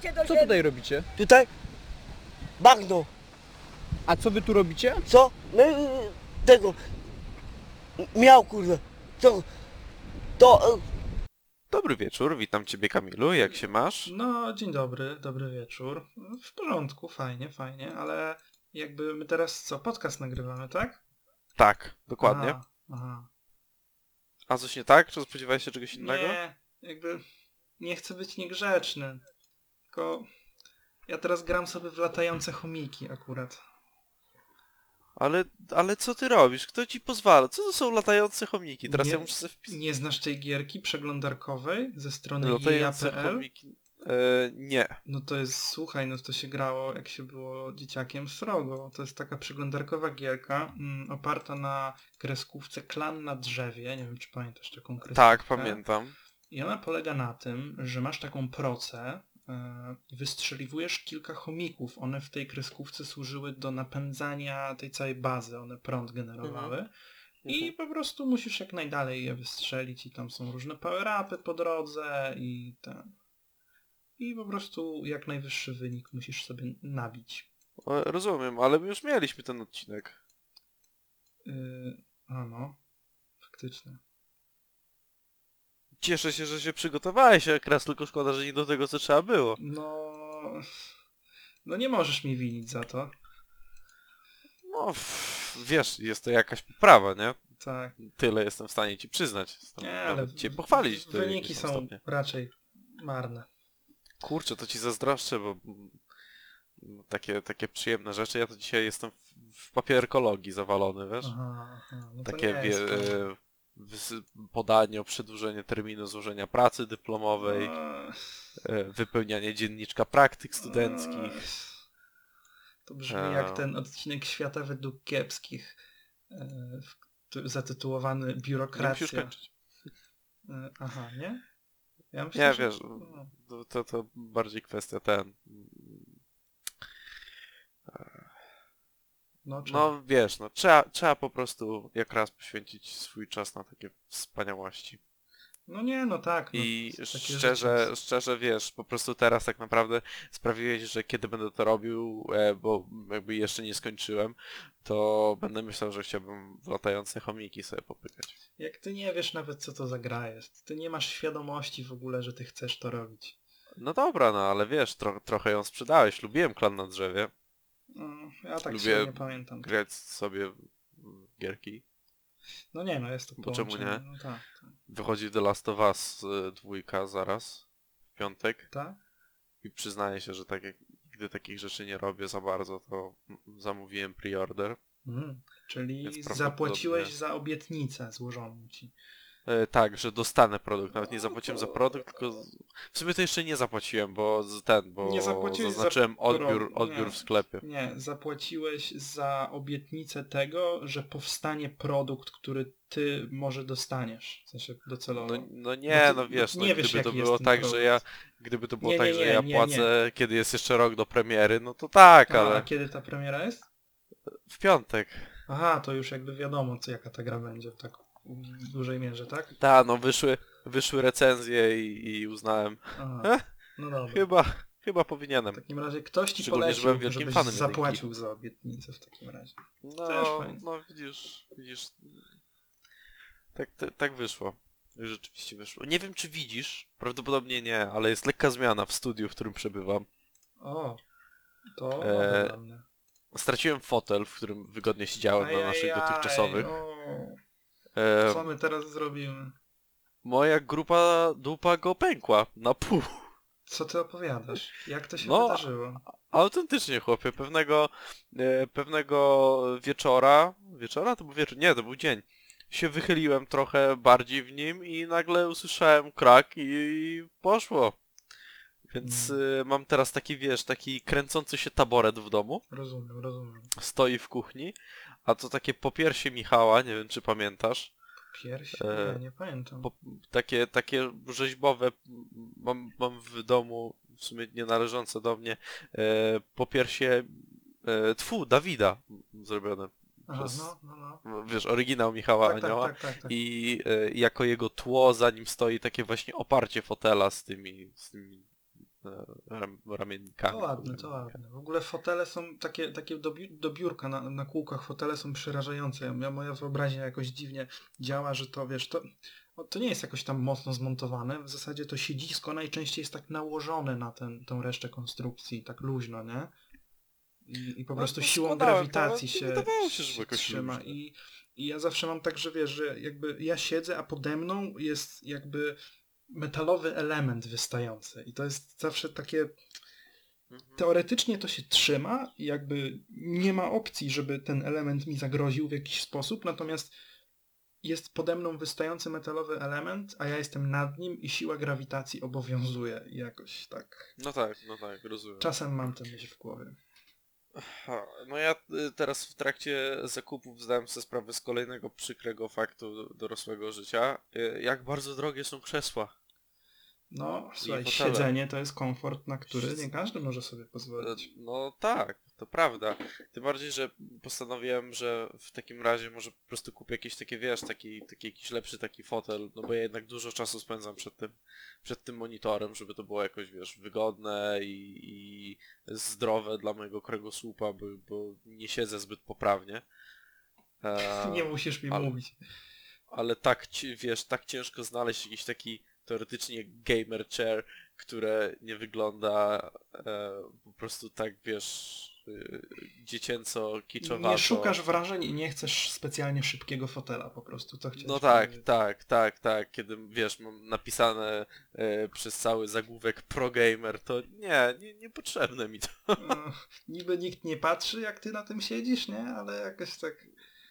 się do Co ziemi. tutaj robicie? Tutaj bagno. A co wy tu robicie? Co? My tego miał kurde. Co? To Dobry wieczór, witam ciebie Kamilu, jak się masz? No, dzień dobry, dobry wieczór. W porządku, fajnie, fajnie, ale jakby my teraz co, podcast nagrywamy, tak? Tak, dokładnie. Aha, aha. A coś nie tak? Czy spodziewałeś się czegoś innego? Nie, jakby nie chcę być niegrzeczny, tylko ja teraz gram sobie w latające chomiki akurat. Ale co ty robisz? Kto ci pozwala? Co to są latające chomiki? Teraz Nie- ja muszę sobie wpisać. Nie znasz tej gierki przeglądarkowej ze strony Latające jeja.pl? chomiki. Nie. No to jest, słuchaj, no to się grało jak się było dzieciakiem srogo. To jest taka przeglądarkowa gierka oparta na kreskówce Klan na drzewie. Nie wiem, czy pamiętasz taką kreskówkę. Tak, pamiętam. I ona polega na tym, że masz taką procę i wystrzeliwujesz kilka chomików. One w tej kreskówce służyły do napędzania tej całej bazy. One prąd generowały. I po prostu musisz jak najdalej je wystrzelić i tam są różne power-upy po drodze i ten. I po prostu jak najwyższy wynik musisz sobie nabić. Rozumiem, ale my już mieliśmy ten odcinek. A no, faktycznie. Cieszę się, że się przygotowałeś, jak raz tylko szkoda, że nie do tego, co trzeba było. No nie możesz mi winić za to. No, wiesz, jest to jakaś poprawa, nie? Tak. Tyle jestem w stanie ci przyznać. Jestem Nie, ale nawet cię pochwalić. do wyniki jakiegoś są stopnia. raczej marne. Kurczę, to ci zazdroszczę, bo takie przyjemne rzeczy. Ja to dzisiaj jestem w papierkologii zawalony, wiesz? Aha. No to Takie nie jest to. podanie o przedłużenie terminu złożenia pracy dyplomowej, Eee, wypełnianie dzienniczka praktyk studenckich. To brzmi jak ten odcinek Świata według kiepskich, zatytułowany Nie musisz Biurokracja. kończyć. Aha, nie? Ja myślę, Nie, że... wiesz, to bardziej kwestia No wiesz, no trzeba po prostu jak raz poświęcić swój czas na takie wspaniałości. No nie, no tak. No, I takie szczerze wiesz, po prostu teraz tak naprawdę sprawiłeś, że kiedy będę to robił, bo jakby jeszcze nie skończyłem, to będę myślał, że chciałbym w latające chomiki sobie popykać. Jak ty nie wiesz nawet co to za gra jest. Ty nie masz świadomości w ogóle, że ty chcesz to robić. No dobra, no ale wiesz, trochę ją sprzedałeś. Lubiłem Klan na drzewie. No, ja tak Lubię nie pamiętam. grać sobie w gierki. No nie, no jest to Bo czemu połączenie. nie? No tak. Wychodzi The Last of Us 2 zaraz, w piątek. Tak? I przyznaję się, że tak jak nigdy takich rzeczy nie robię za bardzo, to zamówiłem pre-order. Czyli Więc prawdopodobnie- zapłaciłeś za obietnicę złożoną ci. Tak, że dostanę produkt. Nawet nie zapłaciłem za produkt, tylko w sumie to jeszcze nie zapłaciłem, bo Nie zapłaciłeś za zaznaczyłem odbiór nie. w sklepie. Nie, zapłaciłeś za obietnicę tego, że powstanie produkt, który ty może dostaniesz. W sensie docelowo. No nie, ty no wiesz, nie wiesz, gdyby to jaki było jest ten tak, produkt. że ja gdyby to było Nie, tak, nie, że nie, ja nie, płacę, kiedy jest jeszcze rok do premiery, no to tak, A ale kiedy ta premiera jest? w piątek. Aha, to już jakby wiadomo, jaka ta gra będzie w tak dużej mierze, tak? Tak, no wyszły recenzje i uznałem, Aha, no dobra. chyba powinienem. W takim razie ktoś ci Szczególnie, że polecił, byłem wielkim żebyś fanem jednej zapłacił za obietnicę w takim razie. Też No, fajnie. no widzisz, tak wyszło. Rzeczywiście wyszło. Nie wiem, czy widzisz, prawdopodobnie nie, ale jest lekka zmiana w studiu, w którym przebywam. O, to dla mnie. Straciłem fotel, w którym wygodnie siedziałem na naszych dotychczasowych. Co my teraz zrobimy? Moja grupa dupa go pękła na pół. Co ty opowiadasz? Jak to się No, wydarzyło? Autentycznie, chłopie, pewnego wieczora to był wieczór, nie, to był dzień, się wychyliłem trochę bardziej w nim i nagle usłyszałem krak i poszło. Więc mam teraz taki, wiesz, taki kręcący się taboret w domu. Rozumiem. Stoi w kuchni, a to takie popiersie Michała, nie wiem czy pamiętasz. Piersi? Nie pamiętam. Takie rzeźbowe, mam w domu, w sumie nie należące do mnie, popiersie Dawida zrobione. Aha, przez, no. wiesz, oryginał Michała Anioła. Tak. I jako jego tło za nim stoi takie właśnie oparcie fotela z tymi ramiennikami. To ładne, to ładne. W ogóle fotele są takie do biurka na kółkach, fotele są przerażające. Moja wyobraźnia jakoś dziwnie działa, że to wiesz, to nie jest jakoś tam mocno zmontowane. W zasadzie to siedzisko najczęściej jest tak nałożone na tą resztę konstrukcji, tak luźno, nie? I po prostu siłą składałem to, grawitacji ale nie się wydawało się, żeby jakoś trzyma. luźno. I ja zawsze mam tak, że wiesz, że jakby ja siedzę, a pode mną jest jakby metalowy element wystający. I to jest zawsze takie... Teoretycznie to się trzyma i jakby nie ma opcji, żeby ten element mi zagroził w jakiś sposób, natomiast jest pode mną wystający metalowy element, a ja jestem nad nim i siła grawitacji obowiązuje i jakoś tak. No tak, rozumiem. Czasem mam tę myśl w głowie. No ja teraz w trakcie zakupów zdałem sobie sprawę z kolejnego przykrego faktu dorosłego życia, jak bardzo drogie są krzesła. No, słuchaj, fotele. siedzenie to jest komfort, na który nie każdy może sobie pozwolić. No tak, to prawda. Tym bardziej, że postanowiłem, że w takim razie może po prostu kupię jakieś takie, wiesz, taki jakiś lepszy taki fotel, no bo ja jednak dużo czasu spędzam przed tym monitorem, żeby to było jakoś, wiesz, wygodne i zdrowe dla mojego kręgosłupa, bo nie siedzę zbyt poprawnie. Nie musisz mi mówić. Ale tak, wiesz, tak ciężko znaleźć jakiś taki teoretycznie gamer chair, które nie wygląda po prostu tak, wiesz, dziecięco, kiczowato. Nie szukasz wrażeń i nie chcesz specjalnie szybkiego fotela po prostu, to chciałeś No tak, powiedzieć. tak, kiedy, wiesz, mam napisane przez cały zagłówek pro gamer, to niepotrzebne mi to. Niby nikt nie patrzy, jak ty na tym siedzisz, nie? Ale jakoś tak...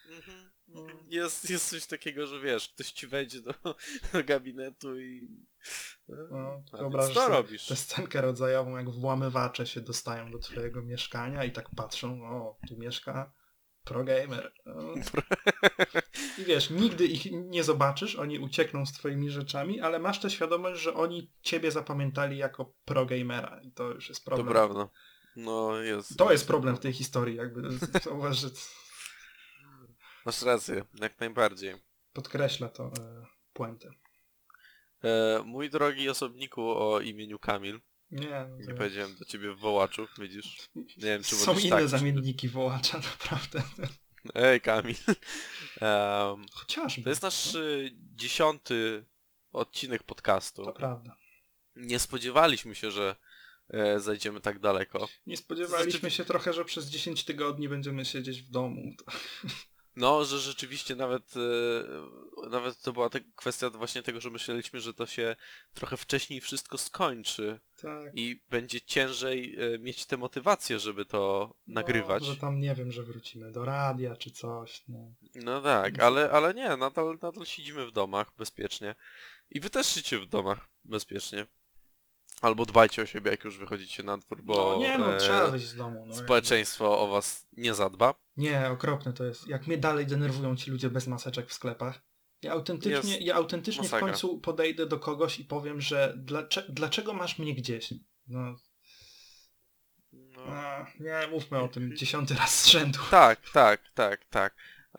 Jest coś takiego, że wiesz, ktoś ci wejdzie do gabinetu i... No, A wyobrażasz więc co sobie robisz? tę scenkę rodzajową, jak włamywacze się dostają do twojego mieszkania i tak patrzą, o, tu mieszka progamer. No. I wiesz, nigdy ich nie zobaczysz, oni uciekną z twoimi rzeczami, ale masz tę świadomość, że oni ciebie zapamiętali jako progamera i to już jest problem. To prawda. No jest. To jest problem w tej historii, jakby zauważ, że Masz rację, jak najbardziej. podkreśla to puentę. Mój drogi osobniku o imieniu Kamil, Nie, nie powiedziałem do ciebie w wołaczu, widzisz? Nie wiem, czy są wolisz inne tak, czy- zamienniki wołacza, naprawdę. Ej, Kamil. Chociażby. To jest nasz 10. odcinek podcastu. To prawda. Nie spodziewaliśmy się, że zajdziemy tak daleko. Nie spodziewaliśmy się trochę, że przez 10 tygodni będziemy siedzieć w domu. No, że rzeczywiście nawet to była kwestia właśnie tego, że myśleliśmy, że to się trochę wcześniej wszystko skończy Tak. i będzie ciężej mieć tę motywację, żeby to nagrywać. No, że tam nie wiem, że wrócimy do radia czy coś. No. No tak, ale nie, nadal siedzimy w domach bezpiecznie. I wy też siedzicie w domach bezpiecznie. Albo dbajcie o siebie, jak już wychodzicie na dwór, bo No nie, no trzeba wyjść z domu. No, społeczeństwo o was nie zadba. Nie, okropne to jest. Jak mnie dalej denerwują ci ludzie bez maseczek w sklepach. Ja autentycznie w masakra. końcu podejdę do kogoś i powiem, że dlaczego masz mnie gdzieś? No, No. nie mówmy o tym 10 raz z rzędu. Tak.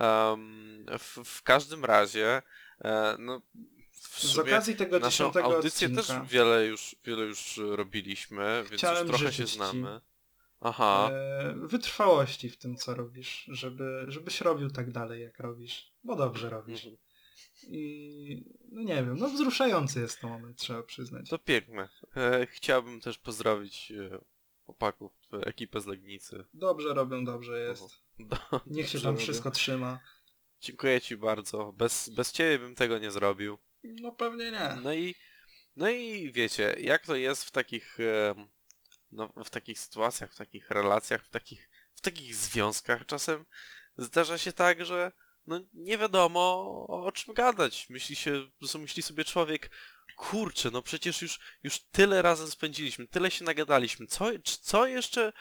W każdym razie, no w Z sumie okazji tego naszą 10 audycję odcinka też wiele już robiliśmy, więc chciałem już trochę się życzyć ci, znamy. Aha, wytrwałości w tym, co robisz, żebyś robił tak dalej, jak robisz, bo dobrze robisz. I no nie wiem, no wzruszający jest to moment, trzeba przyznać. to piękne. Chciałbym też pozdrowić chłopaków, ekipę z Legnicy. Dobrze robią, dobrze jest. Niech się Dobrze tam robią. wszystko trzyma. Dziękuję ci bardzo. Bez ciebie bym tego nie zrobił. No pewnie nie. No i wiecie, jak to jest w takich w takich sytuacjach, w takich relacjach, w takich związkach czasem zdarza się tak, że no nie wiadomo o czym gadać. Myśli sobie człowiek, kurczę, no przecież już tyle razem spędziliśmy, tyle się nagadaliśmy, co jeszcze,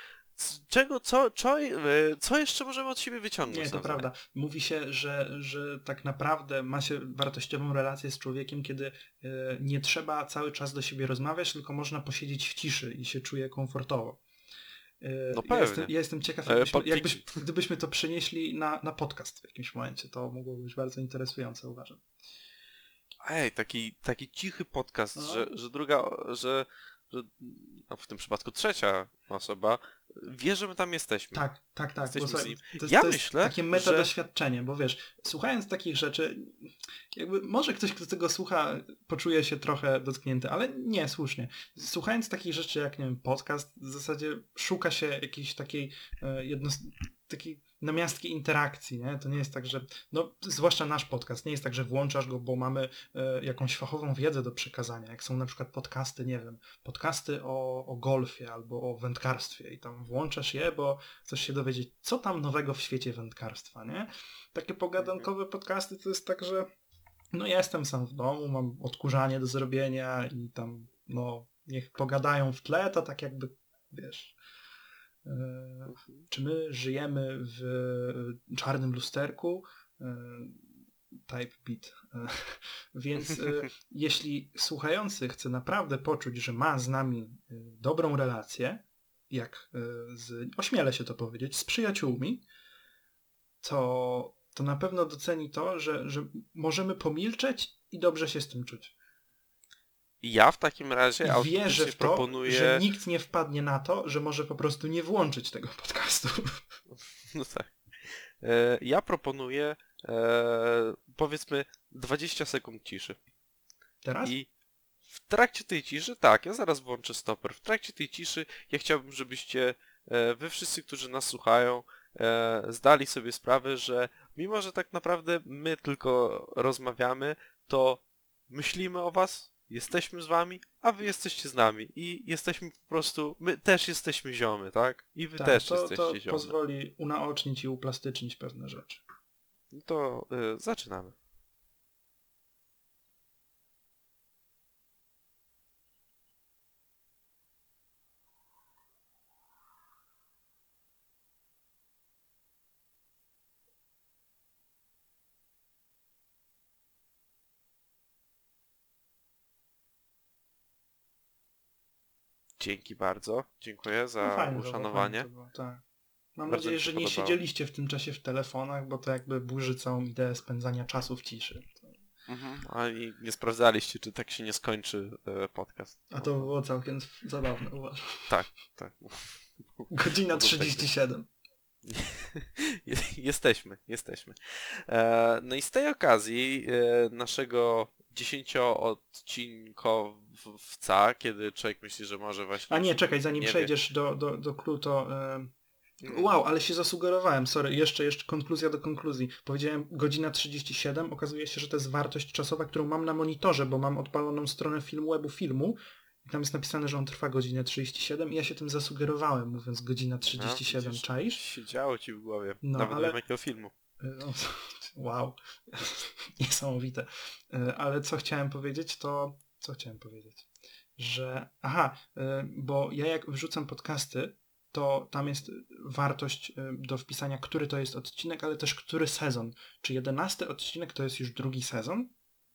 co jeszcze możemy od siebie wyciągnąć? Nie, to nawzajem? prawda. Mówi się, że tak naprawdę ma się wartościową relację z człowiekiem, kiedy nie trzeba cały czas do siebie rozmawiać, tylko można posiedzieć w ciszy i się czuje komfortowo. No Ja pewnie. jestem ciekaw, gdybyśmy to przenieśli na podcast w jakimś momencie. To mogłoby być bardzo interesujące, uważam. Ej, taki cichy podcast, No. że że no, w tym przypadku trzecia osoba wie, że my tam jesteśmy. Tak. Jesteśmy Bo, z słuchaj, nim. to jest, Ja to jest myślę, takie meta że- doświadczenie, bo wiesz, słuchając takich rzeczy, jakby może ktoś, kto tego słucha, poczuje się trochę dotknięty, ale nie, słusznie. Słuchając takich rzeczy jak, nie wiem, podcast, w zasadzie szuka się jakiejś takiej takiej namiastki interakcji, nie? To nie jest tak, że, no zwłaszcza nasz podcast, nie jest tak, że włączasz go, bo mamy jakąś fachową wiedzę do przekazania, jak są na przykład podcasty, nie wiem, podcasty o golfie albo o wędkarstwie i tam włączasz je, bo chcesz się dowiedzieć, co tam nowego w świecie wędkarstwa, nie? Takie pogadankowe podcasty to jest tak, że no ja jestem sam w domu, mam odkurzanie do zrobienia i tam, no niech pogadają w tle, to tak jakby, wiesz... Czy my żyjemy w czarnym lusterku? Type beat. Więc jeśli słuchający chce naprawdę poczuć, że ma z nami dobrą relację, jak ośmielę się to powiedzieć, z przyjaciółmi, to na pewno doceni to, że możemy pomilczeć i dobrze się z tym czuć. Ja w takim razie I wierzę autentycznie w to, proponuję... że nikt nie wpadnie na to, że może po prostu nie włączyć tego podcastu. No tak. Ja proponuję powiedzmy 20 sekund ciszy. Teraz? I w trakcie tej ciszy, tak, ja zaraz włączę stoper. W trakcie tej ciszy ja chciałbym, żebyście wy wszyscy, którzy nas słuchają, zdali sobie sprawę, że mimo, że tak naprawdę my tylko rozmawiamy, to myślimy o was, jesteśmy z wami, a wy jesteście z nami. I jesteśmy po prostu, my też jesteśmy ziomy, tak? I wy Tak, też to jesteście ziomy. pozwoli unaocznić i uplastycznić pewne rzeczy. No to zaczynamy. Dzięki bardzo. Dziękuję No za fajne to było, uszanowanie. fajne to było, tak. Mam Bardzo nadzieję, mi się że nie podobało. siedzieliście w tym czasie w telefonach, bo to jakby burzy całą ideę spędzania czasu w ciszy. A i nie sprawdzaliście, czy tak się nie skończy podcast. A to było całkiem zabawne, uważam. Tak. Godzina No to 37. Jesteśmy. No i z tej okazji naszego 10-odcinkowca, kiedy człowiek myśli, że może właśnie... A nie, czekaj, zanim nie wie. przejdziesz do clue, to... Wow, ale się zasugerowałem, sorry, jeszcze konkluzja do konkluzji. Powiedziałem godzina 37, okazuje się, że to jest wartość czasowa, którą mam na monitorze, bo mam odpaloną stronę webu filmu i tam jest napisane, że on trwa godzinę 37 i ja się tym zasugerowałem, mówiąc godzina 37, widzisz, czaisz? Siedziało ci w głowie. No, Nawet ale- wiem jakiego filmu. No, wow, niesamowite. Ale co chciałem powiedzieć, że... Aha, bo ja jak wrzucam podcasty, to tam jest wartość do wpisania, który to jest odcinek, ale też który sezon. Czy 11 odcinek to jest już drugi sezon?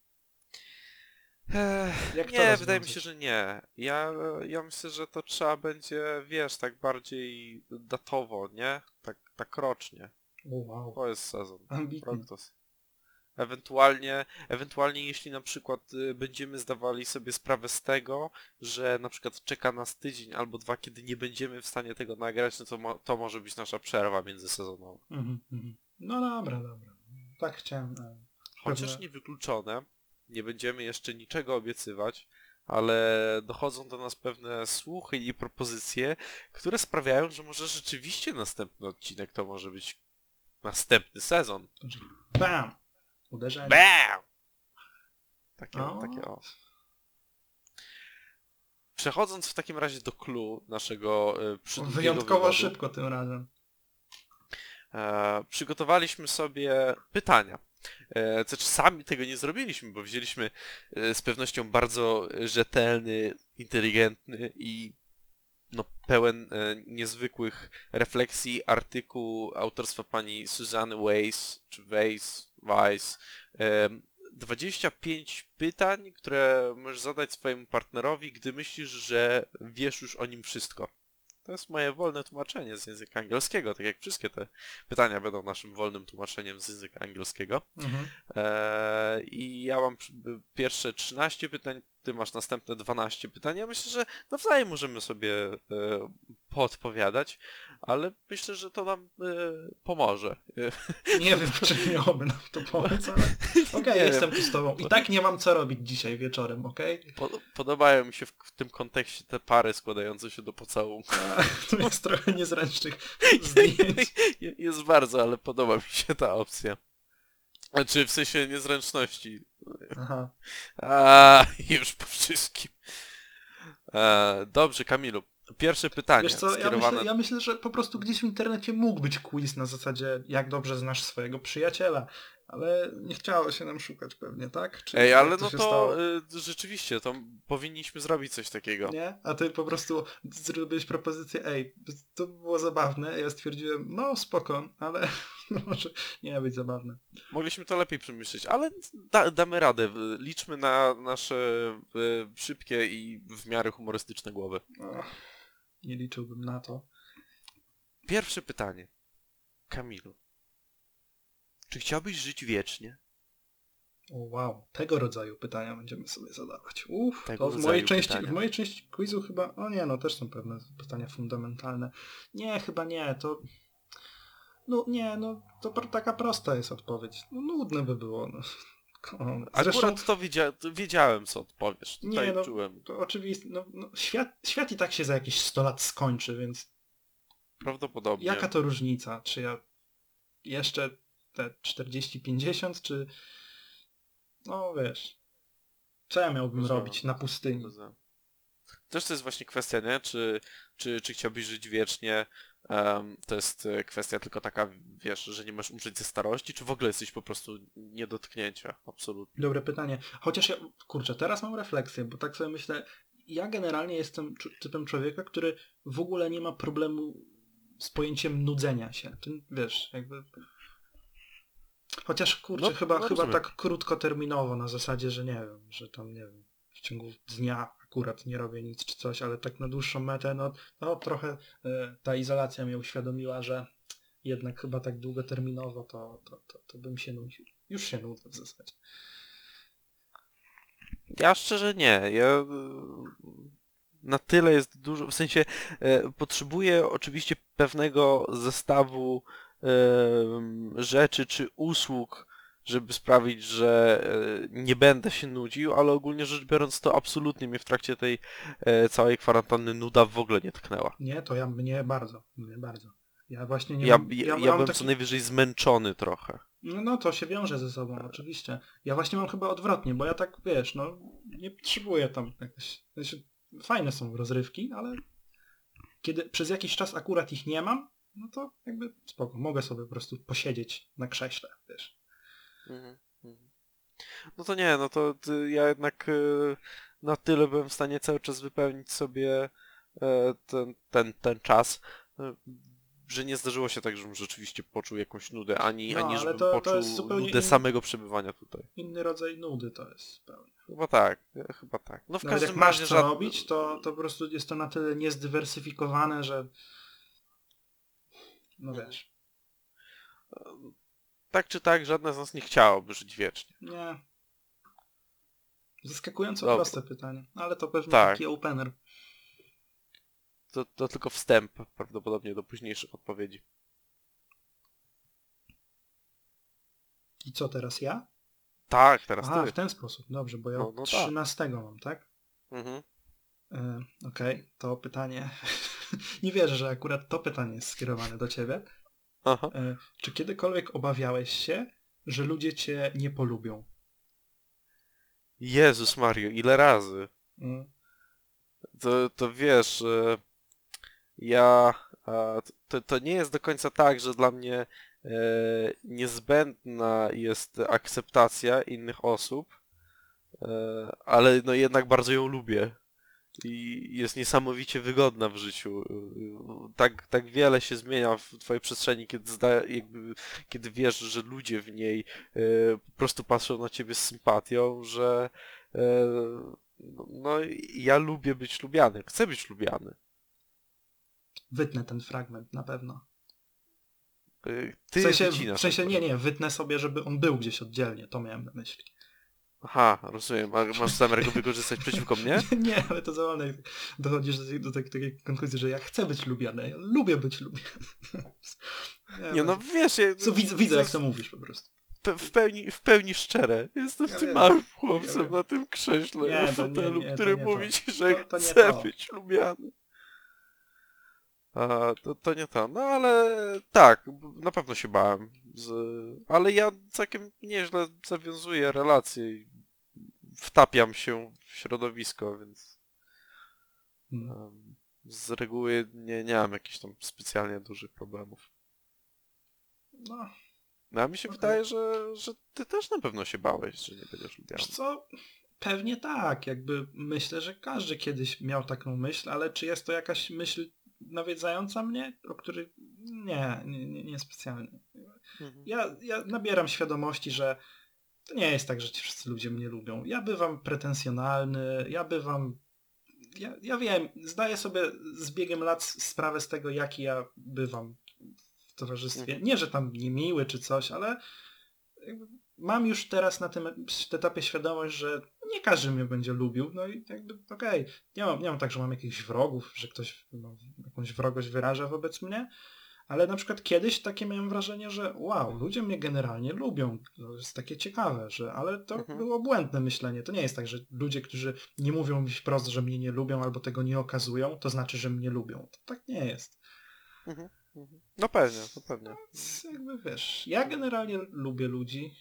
Jak to Nie, wydaje mi rozwiązać? się, że nie. Ja myślę, że to trzeba będzie, wiesz, tak bardziej datowo, nie? Tak rocznie. O, wow, To jest sezon. ambitnie. Prognoz. Ewentualnie jeśli na przykład będziemy zdawali sobie sprawę z tego, że na przykład czeka nas tydzień albo dwa, kiedy nie będziemy w stanie tego nagrać, no to to może być nasza przerwa międzysezonowa. Mhm. No dobra. Tak chciałem. Chociaż pewne- niewykluczone, nie będziemy jeszcze niczego obiecywać, ale dochodzą do nas pewne słuchy i propozycje, które sprawiają, że może rzeczywiście następny odcinek to może być następny sezon. Bam! Uderzenie. BAM! Takie o. Przechodząc w takim razie do clue naszego przydługiego Wyjątkowo wywodu, szybko tym razem. przygotowaliśmy sobie pytania. Znaczy sami tego nie zrobiliśmy, bo wzięliśmy z pewnością bardzo rzetelny, inteligentny i pełen niezwykłych refleksji artykuł autorstwa pani Suzanny Weiss, czy Weiss, 25 pytań, które możesz zadać swojemu partnerowi, gdy myślisz, że wiesz już o nim wszystko. To jest moje wolne tłumaczenie z języka angielskiego, tak jak wszystkie te pytania będą naszym wolnym tłumaczeniem z języka angielskiego. Mhm. I ja mam pierwsze 13 pytań, ty masz następne 12 pytań. Ja myślę, że nawzajem możemy sobie poodpowiadać, ale myślę, że to nam pomoże. Nie wiem, czy miałoby nam to pomóc, ale okej, Nie jestem wiem. tu z tobą. I tak nie mam co robić dzisiaj wieczorem, okej? Podobają mi się w tym kontekście te pary składające się do pocałunku. Tu jest trochę niezręcznych zdjęć. Jest bardzo, ale podoba mi się ta opcja. Znaczy w sensie niezręczności. Aha. Już po wszystkim. Dobrze, Kamilu. Pierwsze pytanie Wiesz co, skierowane... ja myślę, że po prostu gdzieś w internecie mógł być quiz na zasadzie jak dobrze znasz swojego przyjaciela, ale nie chciało się nam szukać pewnie, tak? Czy Ej, jak ale no się to stało? rzeczywiście, to powinniśmy zrobić coś takiego. Nie? A ty po prostu zrobiłeś propozycję, ej, to by było zabawne, ja stwierdziłem, no spoko, ale może nie być zabawne. Mogliśmy to lepiej przemyśleć, ale damy radę. Liczmy na nasze szybkie i w miarę humorystyczne głowy. No, nie liczyłbym na to. Pierwsze pytanie. Kamilu. Czy chciałbyś żyć wiecznie? O wow, tego rodzaju pytania będziemy sobie zadawać. Tego To w rodzaju w mojej części quizu chyba, o nie, no też są pewne pytania fundamentalne. Nie, chyba nie, to... No nie, no to taka prosta jest odpowiedź. No nudne by było. No. Zresztą, Akurat to wiedziałem, co odpowiesz. Tutaj nie, no, czułem. to oczywiście, no, świat i tak się za jakieś 100 lat skończy, więc Prawdopodobnie. jaka to różnica? Czy ja jeszcze te 40-50, czy... No wiesz, co ja miałbym Rozumiem. robić na pustyni? Też to jest właśnie kwestia, nie? Czy chciałbyś żyć wiecznie? To jest kwestia tylko taka, wiesz, że nie masz umrzeć ze starości, czy w ogóle jesteś po prostu nie do dotknięcia? Absolutnie. Dobre pytanie. Chociaż ja, kurczę, teraz mam refleksję, bo tak sobie myślę, ja generalnie jestem typem człowieka, który w ogóle nie ma problemu z pojęciem nudzenia się. To, wiesz, jakby... Chociaż, kurczę, No, chyba rozumiem. tak krótkoterminowo, na zasadzie, że nie wiem, że tam, nie wiem, w ciągu dnia akurat nie robię nic czy coś, ale tak na dłuższą metę, no trochę ta izolacja mnie uświadomiła, że jednak chyba tak długoterminowo to bym się nudził. Już się nudzę w zasadzie. Ja szczerze nie. Ja na tyle jest dużo, w sensie potrzebuję oczywiście pewnego zestawu rzeczy czy usług, żeby sprawić, że nie będę się nudził, ale ogólnie rzecz biorąc to absolutnie mnie w trakcie tej całej kwarantanny nuda w ogóle nie tknęła. Nie, to mnie bardzo. Ja właśnie nie Ja mam... byłem mam co taki... najwyżej zmęczony trochę. No to się wiąże ze sobą, oczywiście. Ja właśnie mam chyba odwrotnie, bo ja tak, wiesz, no nie potrzebuję tam jakoś... Znaczy, fajne są rozrywki, ale kiedy przez jakiś czas akurat ich nie mam, no to jakby spoko, mogę sobie po prostu posiedzieć na krześle, wiesz. Mhm, mhm. No to nie, no to ja jednak na tyle byłem w stanie cały czas wypełnić sobie ten czas, że nie zdarzyło się tak, żebym rzeczywiście poczuł jakąś nudę, ani ale żebym to poczuł jest zupełnie nudę samego przebywania tutaj. Inny rodzaj nudy to jest zupełnie. Chyba tak, chyba tak. No w Nawet jak każdym masz razie co robić, to po prostu jest to na tyle niezdywersyfikowane, że no wiesz, tak czy tak, żadne z nas nie chciałoby żyć wiecznie. nie. Zaskakująco Dobra. proste pytanie, ale to pewnie Tak. taki opener. To tylko wstęp prawdopodobnie do późniejszych odpowiedzi. I co teraz ja? Tak, teraz Aha, ty. w ten sposób, dobrze, bo ja No tak. 13 mam, tak? Mhm. Okej, to pytanie... Nie wierzę, że akurat to pytanie jest skierowane do ciebie. Aha. Czy kiedykolwiek obawiałeś się, że ludzie cię nie polubią? Jezus Mario, ile razy? Mm. To wiesz, ja... To nie jest do końca tak, że dla mnie niezbędna jest akceptacja innych osób, ale no jednak bardzo ją lubię. I jest niesamowicie wygodna w życiu. Tak wiele się zmienia w twojej przestrzeni, kiedy wiesz, że ludzie w niej po prostu patrzą na ciebie z sympatią, że no ja lubię być lubiany, chcę być lubiany. Wytnę ten fragment na pewno. Ty W sensie wycinasz nie, akurat. wytnę sobie, żeby on był gdzieś oddzielnie, to miałem na myśli. Aha, rozumiem. A masz zamiar go wykorzystać przeciwko mnie? Nie, ale to zabawne, jak dochodzisz do takiej konkluzji, że ja chcę być lubiany, ja lubię być lubiany. Nie, no wiesz... Widzę jak to mówisz po prostu. W pełni szczere. Jestem Ja tym wiem. małym Ja chłopcem wiem. na tym krześle Nie, w to nie, fotelu, nie, to który nie mówi to. ci, że To nie chce to. być lubiany. A, to nie to. No ale tak, na pewno się bałem. Ale ja całkiem nieźle zawiązuję relacje i wtapiam się w środowisko, więc z reguły nie mam jakichś tam specjalnie dużych problemów. No, No a mi się Okej. wydaje, że ty też na pewno się bałeś, że nie będziesz lubiany. wiesz co? Pewnie tak, jakby myślę, że każdy kiedyś miał taką myśl, ale czy jest to jakaś myśl nawiedzająca mnie, o której nie specjalnie. Mhm. Ja nabieram świadomości, że to nie jest tak, że ci wszyscy ludzie mnie lubią. Ja bywam pretensjonalny, ja wiem, zdaję sobie z biegiem lat sprawę z tego, jaki ja bywam w towarzystwie. Nie, że tam niemiły czy coś, ale jakby mam już teraz na tym etapie świadomość, że nie każdy mnie będzie lubił, no i jakby okej. Nie mam tak, że mam jakichś wrogów, że ktoś jakąś wrogość wyraża wobec mnie, ale na przykład kiedyś takie miałem wrażenie, że wow, ludzie mnie generalnie lubią. To jest takie ciekawe, ale to było błędne myślenie. To nie jest tak, że ludzie, którzy nie mówią mi wprost, że mnie nie lubią albo tego nie okazują, to znaczy, że mnie lubią. To tak nie jest. No pewnie, no pewnie. Więc jakby wiesz, ja generalnie lubię ludzi.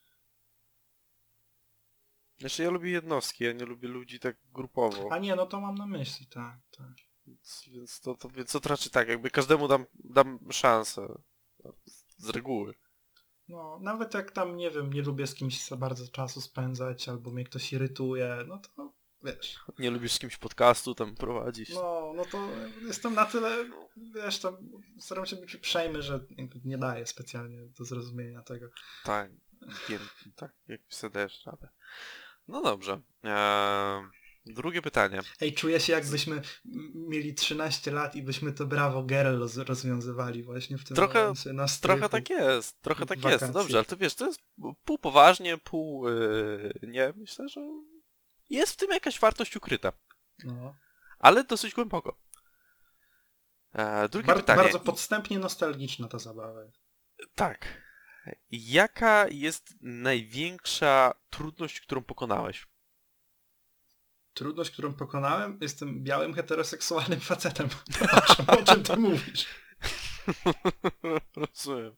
Znaczy ja lubię jednostki, ja nie lubię ludzi tak grupowo. A nie, no to mam na myśli, tak. Więc to raczej tak, jakby każdemu dam szansę. Z reguły. No, nawet jak tam, nie wiem, nie lubię z kimś za bardzo czasu spędzać, albo mnie ktoś irytuje, no to wiesz. Nie lubisz z kimś podcastu tam prowadzić. No to jestem na tyle, wiesz, tam staram się być uprzejmy, że jakby nie daję specjalnie do zrozumienia tego. Tak, wiem, tak, jak sobie dajesz radę. No dobrze. Drugie pytanie. Ej, czuję się jakbyśmy mieli 13 lat i byśmy to Brawo Girl rozwiązywali właśnie w tym momencie na strychu. Trochę tak jest, trochę tak jest. Wakacje. No dobrze, ale to wiesz, to jest pół poważnie, pół nie. Myślę, że jest w tym jakaś wartość ukryta. No. Ale dosyć głęboko. Drugie pytanie. Bardzo podstępnie nostalgiczna ta zabawa. Tak. Jaka jest największa trudność, którą pokonałeś? Trudność, którą pokonałem? Jestem białym, heteroseksualnym facetem. O czym ty mówisz? Rozumiem.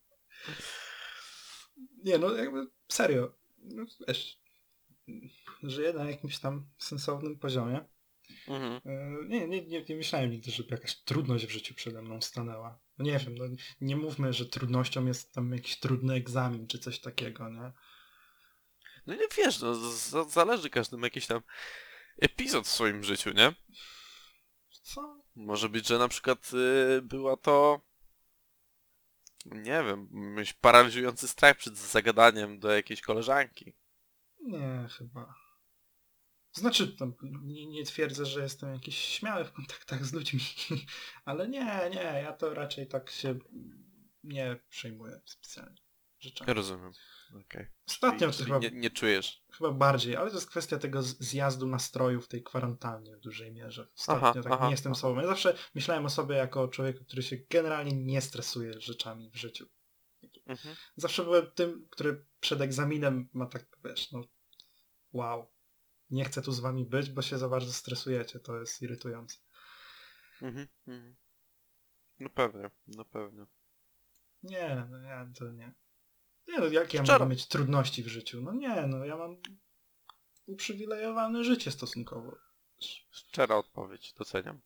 Nie, no jakby serio. No, wiesz, żyję na jakimś tam sensownym poziomie. Mhm. Nie myślałem nigdy, żeby jakaś trudność w życiu przede mną stanęła. No nie wiem, no nie mówmy, że trudnością jest tam jakiś trudny egzamin czy coś takiego, nie? No nie wiesz, no zależy, każdy ma jakiś tam epizod w swoim życiu, nie? Co? Może być, że na przykład była to, nie wiem, paraliżujący strach przed zagadaniem do jakiejś koleżanki. Nie, chyba. Znaczy, tam, nie twierdzę, że jestem jakiś śmiały w kontaktach z ludźmi, ale nie, ja to raczej tak się nie przejmuję specjalnie rzeczami. Rozumiem. Okay. Ostatnio to chyba, nie czujesz. chyba bardziej, ale to jest kwestia tego zjazdu nastroju w tej kwarantannie w dużej mierze. Ostatnio nie jestem sobą. Ja zawsze myślałem o sobie jako o człowieku, który się generalnie nie stresuje rzeczami w życiu. Mhm. Zawsze byłem tym, który przed egzaminem ma tak, wiesz, no wow, nie chcę tu z wami być, bo się za bardzo stresujecie, to jest irytujące. Mhm. No pewnie, no pewnie. Nie, no ja to nie. Nie, no jakie ja Szczerze. mogę mieć trudności w życiu? No nie, no ja mam uprzywilejowane życie stosunkowo. Szczera odpowiedź, doceniam.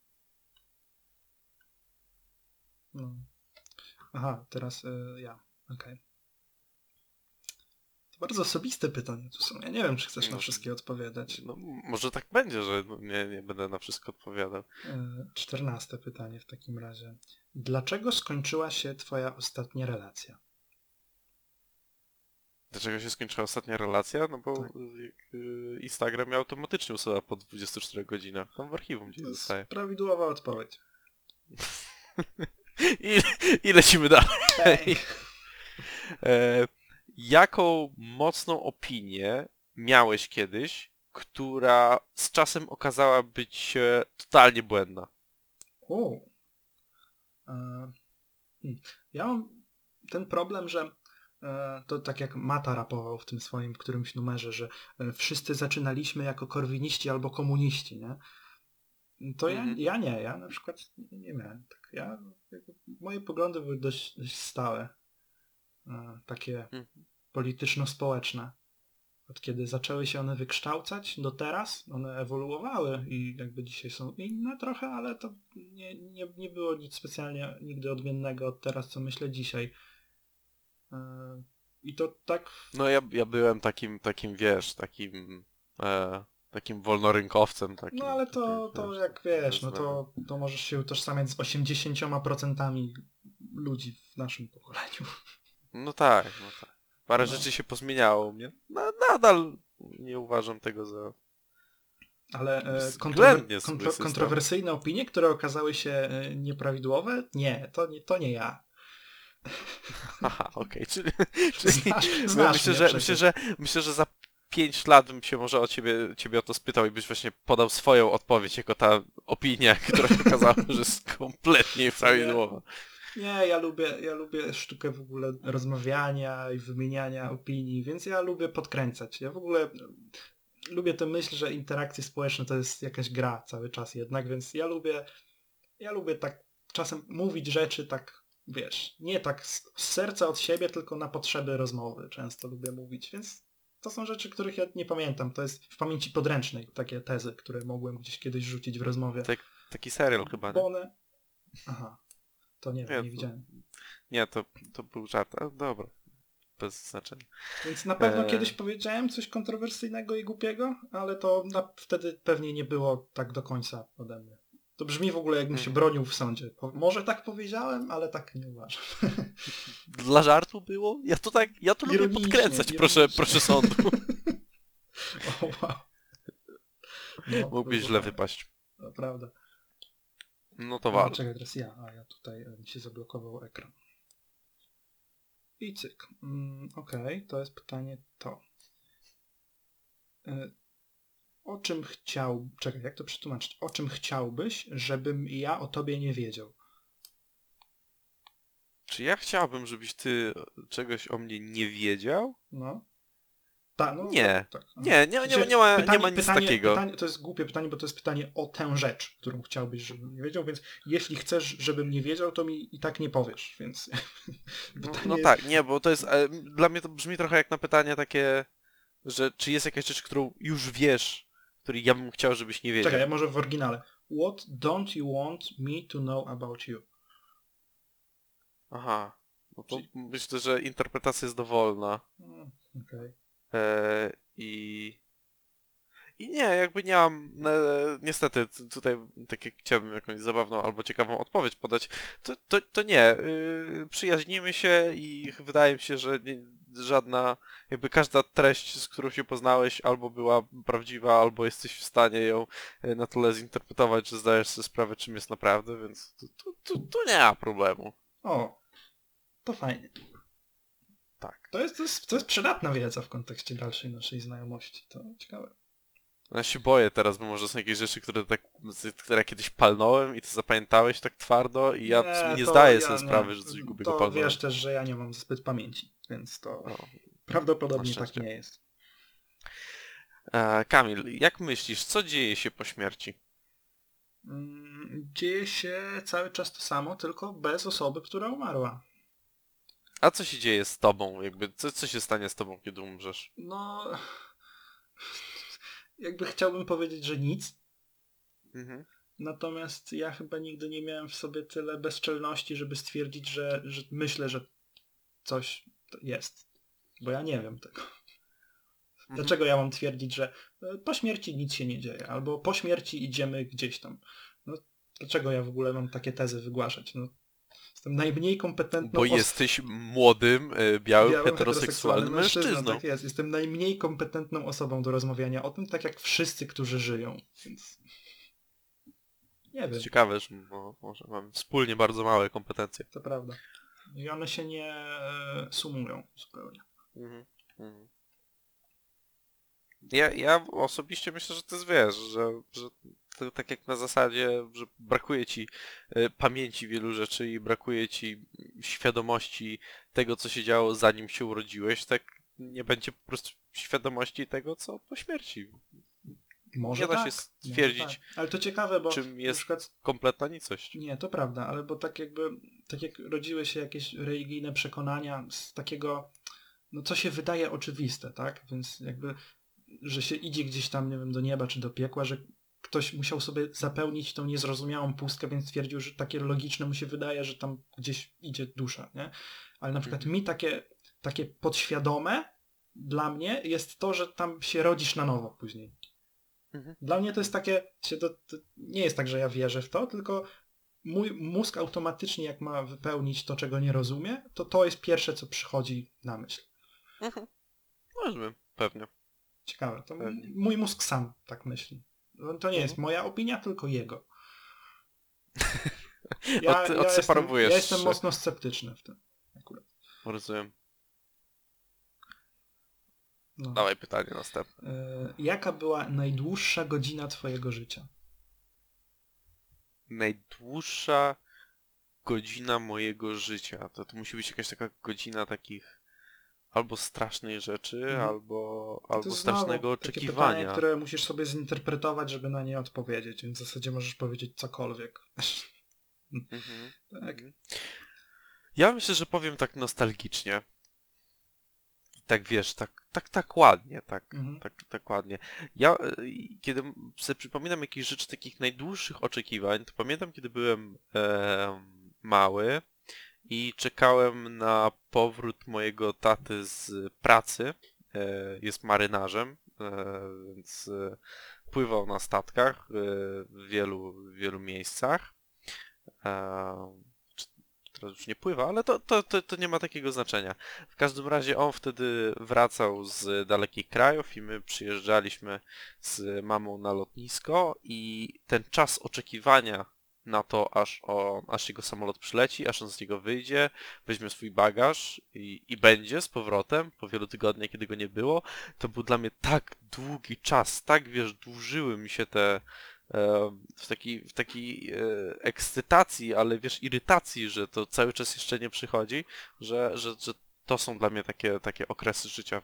No. Aha, teraz ja. Okej. To bardzo osobiste pytania tu są. Ja nie wiem, czy chcesz na wszystkie odpowiadać. No, może tak będzie, że nie będę na wszystko odpowiadał. 14 pytanie w takim razie. Dlaczego skończyła się twoja ostatnia relacja? Dlaczego się skończyła ostatnia relacja? No bo Tak. Instagram mnie automatycznie usuwa po 24 godzinach. Tam w archiwum gdzieś To jest zostaje. prawidłowa odpowiedź. I lecimy dalej. Hej. Jaką mocną opinię miałeś kiedyś, która z czasem okazała być się totalnie błędna? O. E, Ja mam ten problem, że to tak jak Mata rapował w tym swoim którymś numerze, że wszyscy zaczynaliśmy jako korwiniści albo komuniści, nie? To Mhm. ja nie, ja na przykład nie miałem tak. Moje poglądy były dość stałe. Takie Mhm. polityczno-społeczne. Od kiedy zaczęły się one wykształcać do teraz, one ewoluowały i jakby dzisiaj są inne trochę, ale to nie było nic specjalnie nigdy odmiennego od teraz, co myślę dzisiaj. I to tak... No ja byłem takim wiesz, takim wolnorynkowcem, No ale takim, to wiesz, jak wiesz, no powiedzmy, to możesz się utożsamiać z 80% ludzi w naszym pokoleniu. no tak, no tak. Parę No. rzeczy się pozmieniało u mnie. Nadal nie uważam tego za Ale względnie zły system. kontrowersyjne opinie, które okazały się nieprawidłowe? Nie, to nie ja. Haha, okej, czyli Znasz mnie przecież. myślę, że za 5 lat bym się może o ciebie o to spytał i byś właśnie podał swoją odpowiedź jako ta opinia, która się okazała, że jest kompletnie nieprawidłowa. Nie, ja lubię sztukę w ogóle rozmawiania i wymieniania opinii, więc ja lubię podkręcać. Ja w ogóle lubię tę myśl, że interakcje społeczne to jest jakaś gra cały czas jednak, więc ja lubię tak czasem mówić rzeczy tak, wiesz, nie tak z serca od siebie, tylko na potrzeby rozmowy często lubię mówić, więc to są rzeczy, których ja nie pamiętam. To jest w pamięci podręcznej takie tezy, które mogłem gdzieś kiedyś rzucić w rozmowie. Taki serial chyba, Bo nie? one... Aha, to nie wiem, nie widziałem. Nie, to był żart. A, dobra, bez znaczenia. Więc na pewno Eee. kiedyś powiedziałem coś kontrowersyjnego i głupiego, ale to wtedy pewnie nie było tak do końca ode mnie. To brzmi w ogóle jakbym się bronił w sądzie. Może tak powiedziałem, ale tak nie uważam. Dla żartu było? Ja to lubię Ironicznie, podkręcać, ironicznie. proszę sądu. O, wow. No, Mógłbyś to źle było- wypaść. To prawda. No to No, walcz. czekaj, teraz ja tutaj mi się zablokował ekran. I cyk. Okej, to jest pytanie to. O czym Czekaj, jak to przetłumaczyć? O czym chciałbyś, żebym ja o tobie nie wiedział? Czy ja chciałbym, żebyś ty czegoś o mnie nie wiedział? No. No Nie. tak. Nie ma nic takiego. To jest głupie pytanie, bo to jest pytanie o tę rzecz, którą chciałbyś, żebym nie wiedział, więc jeśli chcesz, żebym nie wiedział, to mi i tak nie powiesz, więc... No tak, nie, bo to jest... Dla mnie to brzmi trochę jak na pytanie takie, że czy jest jakaś rzecz, którą już wiesz, której ja bym chciał, żebyś nie wiedział. Czekaj, może w oryginale. What don't you want me to know about you? Aha. No to myślę, że interpretacja jest dowolna. Okej. I nie, jakby nie mam, niestety tutaj tak jak chciałbym jakąś zabawną albo ciekawą odpowiedź podać, to nie. Przyjaźnimy się i wydaje mi się, że żadna, jakby każda treść, z którą się poznałeś, albo była prawdziwa, albo jesteś w stanie ją na tyle zinterpretować, że zdajesz sobie sprawę, czym jest naprawdę, więc tu nie ma problemu. O, to fajnie. Tak. To jest przydatna wiedza w kontekście dalszej naszej znajomości. To ciekawe. Ja się boję teraz, bo może są jakieś rzeczy, które kiedyś palnąłem i ty zapamiętałeś tak twardo i ja w sumie nie zdaję sobie sprawy, że coś głupiego To palnąłem. wiesz też, że ja nie mam zbyt pamięci, więc to No, prawdopodobnie na tak szczęście. nie jest. Kamil, jak myślisz, co dzieje się po śmierci? Dzieje się cały czas to samo, tylko bez osoby, która umarła. A co się dzieje z tobą? Jakby, co się stanie z tobą, kiedy umrzesz? No... Jakby chciałbym powiedzieć, że nic. Mhm. Natomiast ja chyba nigdy nie miałem w sobie tyle bezczelności, żeby stwierdzić, że myślę, że coś jest. Bo ja nie wiem tego. Dlaczego ja mam twierdzić, że po śmierci nic się nie dzieje, albo po śmierci idziemy gdzieś tam. No, dlaczego ja w ogóle mam takie tezy wygłaszać? No, jestem najmniej kompetentną Bo jesteś młodym, białym białym, heteroseksualnym mężczyzną. Tak jest. Jestem najmniej kompetentną osobą do rozmawiania o tym, tak jak wszyscy, którzy żyją. Więc... Nie wiem, Ciekawe, że może mamy wspólnie bardzo małe kompetencje. to prawda. I one się nie sumują zupełnie. Mhm. Mhm. Ja osobiście myślę, że to jest, wiesz, że to tak jak na zasadzie, że brakuje ci pamięci wielu rzeczy i brakuje ci świadomości tego, co się działo zanim się urodziłeś, tak nie będzie po prostu świadomości tego, co po śmierci. Może Nie da tak, się może stwierdzić, tak. Ale to ciekawe, bo czym na jest przykład kompletna nicość. nie, to prawda, ale bo tak jakby, tak jak rodziły się jakieś religijne przekonania z takiego, no co się wydaje oczywiste, tak? Więc jakby, że się idzie gdzieś tam, nie wiem, do nieba czy do piekła, że ktoś musiał sobie zapełnić tą niezrozumiałą pustkę, więc stwierdził, że takie logiczne mu się wydaje, że tam gdzieś idzie dusza, nie? Ale na przykład mi takie podświadome dla mnie jest to, że tam się rodzisz na nowo później. Mhm. Dla mnie to jest takie, to nie jest tak, że ja wierzę w to, tylko mój mózg automatycznie, jak ma wypełnić to, czego nie rozumie, to jest pierwsze, co przychodzi na myśl. Możemy, pewnie. Ciekawe. To Pewnie. mój mózg sam tak myśli. To nie jest moja opinia, tylko jego. Odseparowujesz Ja jestem się. mocno sceptyczny w tym akurat. Rozumiem. No. Dawaj pytanie następne. Jaka była najdłuższa godzina twojego życia? Najdłuższa godzina mojego życia. To musi być jakaś taka godzina takich albo strasznej rzeczy, Mhm. albo To jest strasznego znowu takie oczekiwania. pytanie, które musisz sobie zinterpretować, żeby na nie odpowiedzieć. Więc w zasadzie możesz powiedzieć cokolwiek. Mhm. Tak. Mhm. Ja myślę, że powiem tak nostalgicznie. Tak wiesz, tak ładnie, Mhm. tak ładnie. Ja, kiedy sobie przypominam jakieś rzeczy takich najdłuższych oczekiwań, to pamiętam, kiedy byłem mały i czekałem na powrót mojego taty z pracy. Jest marynarzem, więc pływał na statkach w wielu miejscach. Teraz już nie pływa, ale to nie ma takiego znaczenia. W każdym razie on wtedy wracał z dalekich krajów i my przyjeżdżaliśmy z mamą na lotnisko i ten czas oczekiwania na to, aż jego samolot przyleci, aż on z niego wyjdzie, weźmie swój bagaż i będzie z powrotem po wielu tygodniach, kiedy go nie było, to był dla mnie tak długi czas, tak wiesz, dłużyły mi się te w takiej ekscytacji, ale wiesz, irytacji, że to cały czas jeszcze nie przychodzi, że to są dla mnie takie okresy życia,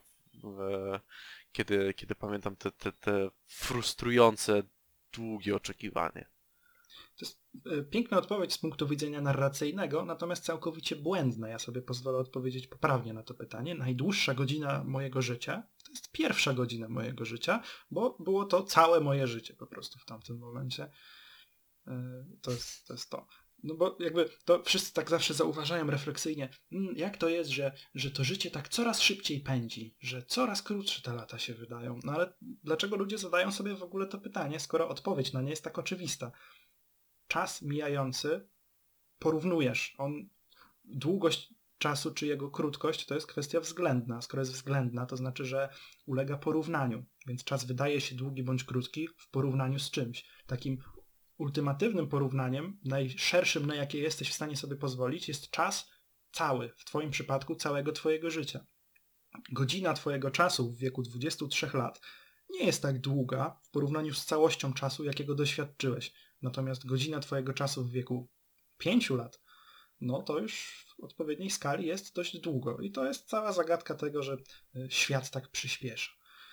kiedy pamiętam te frustrujące, długie oczekiwanie. To jest piękna odpowiedź z punktu widzenia narracyjnego, natomiast całkowicie błędna. Ja sobie pozwolę odpowiedzieć poprawnie na to pytanie. Najdłuższa godzina mojego życia to jest pierwsza godzina mojego życia, bo było to całe moje życie po prostu w tamtym momencie. To jest to. No bo jakby to wszyscy tak zawsze zauważają refleksyjnie, jak to jest, że to życie tak coraz szybciej pędzi, że coraz krótsze te lata się wydają. No ale dlaczego ludzie zadają sobie w ogóle to pytanie, skoro odpowiedź na nie jest tak oczywista? Czas mijający porównujesz. Długość czasu czy jego krótkość to jest kwestia względna. Skoro jest względna, to znaczy, że ulega porównaniu. Więc czas wydaje się długi bądź krótki w porównaniu z czymś. Takim ultimatywnym porównaniem, najszerszym, na jakie jesteś w stanie sobie pozwolić, jest czas cały, w twoim przypadku całego twojego życia. Godzina twojego czasu w wieku 23 lat nie jest tak długa w porównaniu z całością czasu, jakiego doświadczyłeś. Natomiast godzina twojego czasu w wieku 5 lat, no to już w odpowiedniej skali jest dość długo. I to jest cała zagadka tego, że świat tak przyspiesza.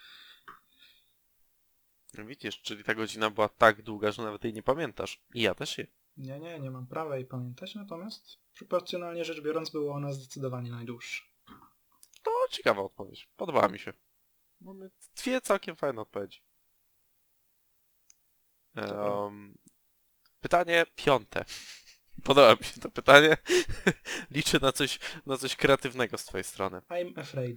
No widzisz, czyli ta godzina była tak długa, że nawet jej nie pamiętasz. I ja też jej. Nie mam prawa jej pamiętać, natomiast proporcjonalnie rzecz biorąc była ona zdecydowanie najdłuższa. To ciekawa odpowiedź. Podobała mi się. Mamy dwie całkiem fajne odpowiedzi. Pytanie piąte. Podoba mi się to pytanie. Liczę na coś kreatywnego z twojej strony. I'm afraid.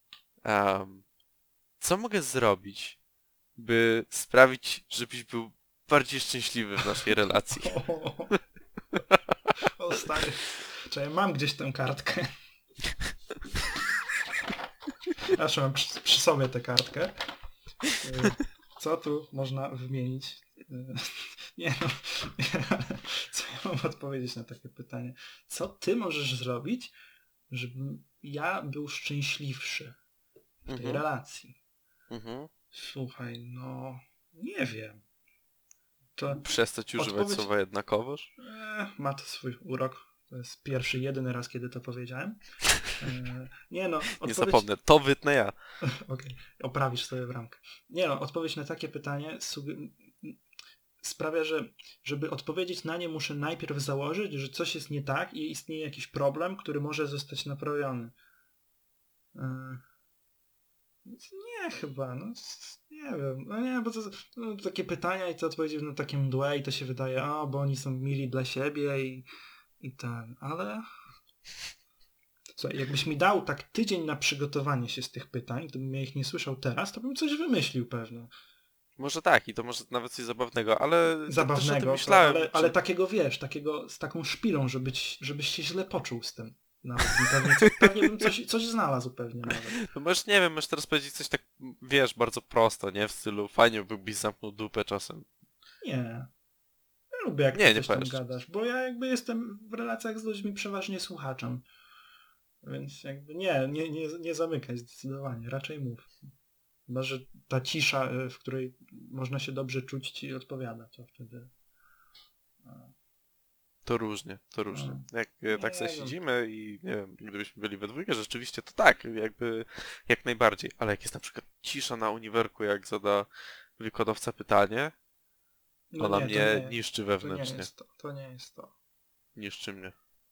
Co mogę zrobić, by sprawić, żebyś był bardziej szczęśliwy w naszej relacji? O stary. Czekaj, mam gdzieś tę kartkę. Aż mam przy sobie tę kartkę. Co tu można wymienić? Nie no, co ja mam odpowiedzieć na takie pytanie? Co ty możesz zrobić, żebym ja był szczęśliwszy w tej relacji? Słuchaj, no nie wiem. To Przestać używać odpowiedź- słowa jednakowoż? ma to swój urok. To jest pierwszy, jedyny raz, kiedy to powiedziałem. Nie no, Nie odpowiedź... zapomnę, to wytnę ja. Okej, oprawisz sobie w ramkę. Nie no, odpowiedź na takie pytanie sprawia, że żeby odpowiedzieć na nie, muszę najpierw założyć, że coś jest nie tak i istnieje jakiś problem, który może zostać naprawiony. Więc nie chyba, no nie wiem. No nie, bo to takie pytania i to odpowiedzi na takie mdłe i to się wydaje, bo oni są mili dla siebie i ten, ale... Słuchaj, jakbyś mi dał tak tydzień na przygotowanie się z tych pytań, gdybym ja ich nie słyszał teraz, to bym coś wymyślił pewnie. Może tak i to może nawet coś zabawnego, ale też o tym Zabawnego, myślałem. ale takiego wiesz, takiego z taką szpilą, żebyś się źle poczuł z tym. Nawet pewnie bym coś znalazł pewnie nawet. No możesz, nie wiem, możesz teraz powiedzieć coś tak, wiesz, bardzo prosto, nie? W stylu, fajnie byś zamknął dupę czasem. Nie. Ja lubię jak Nie, ty nie coś tam powiesz. gadasz, bo ja jakby jestem w relacjach z ludźmi przeważnie słuchaczem. Więc jakby nie zamykaj zdecydowanie, raczej mów. Chyba, że ta cisza, w której można się dobrze czuć, ci odpowiada, to wtedy... To różnie, to różnie. Jak tak sobie Nie wiem. siedzimy i nie wiem, gdybyśmy byli we dwójkę, rzeczywiście to tak, jakby jak najbardziej. Ale jak jest na przykład cisza na uniwerku, jak zada wykładowca pytanie, ona mnie niszczy wewnętrznie. To nie jest to. Niszczy mnie.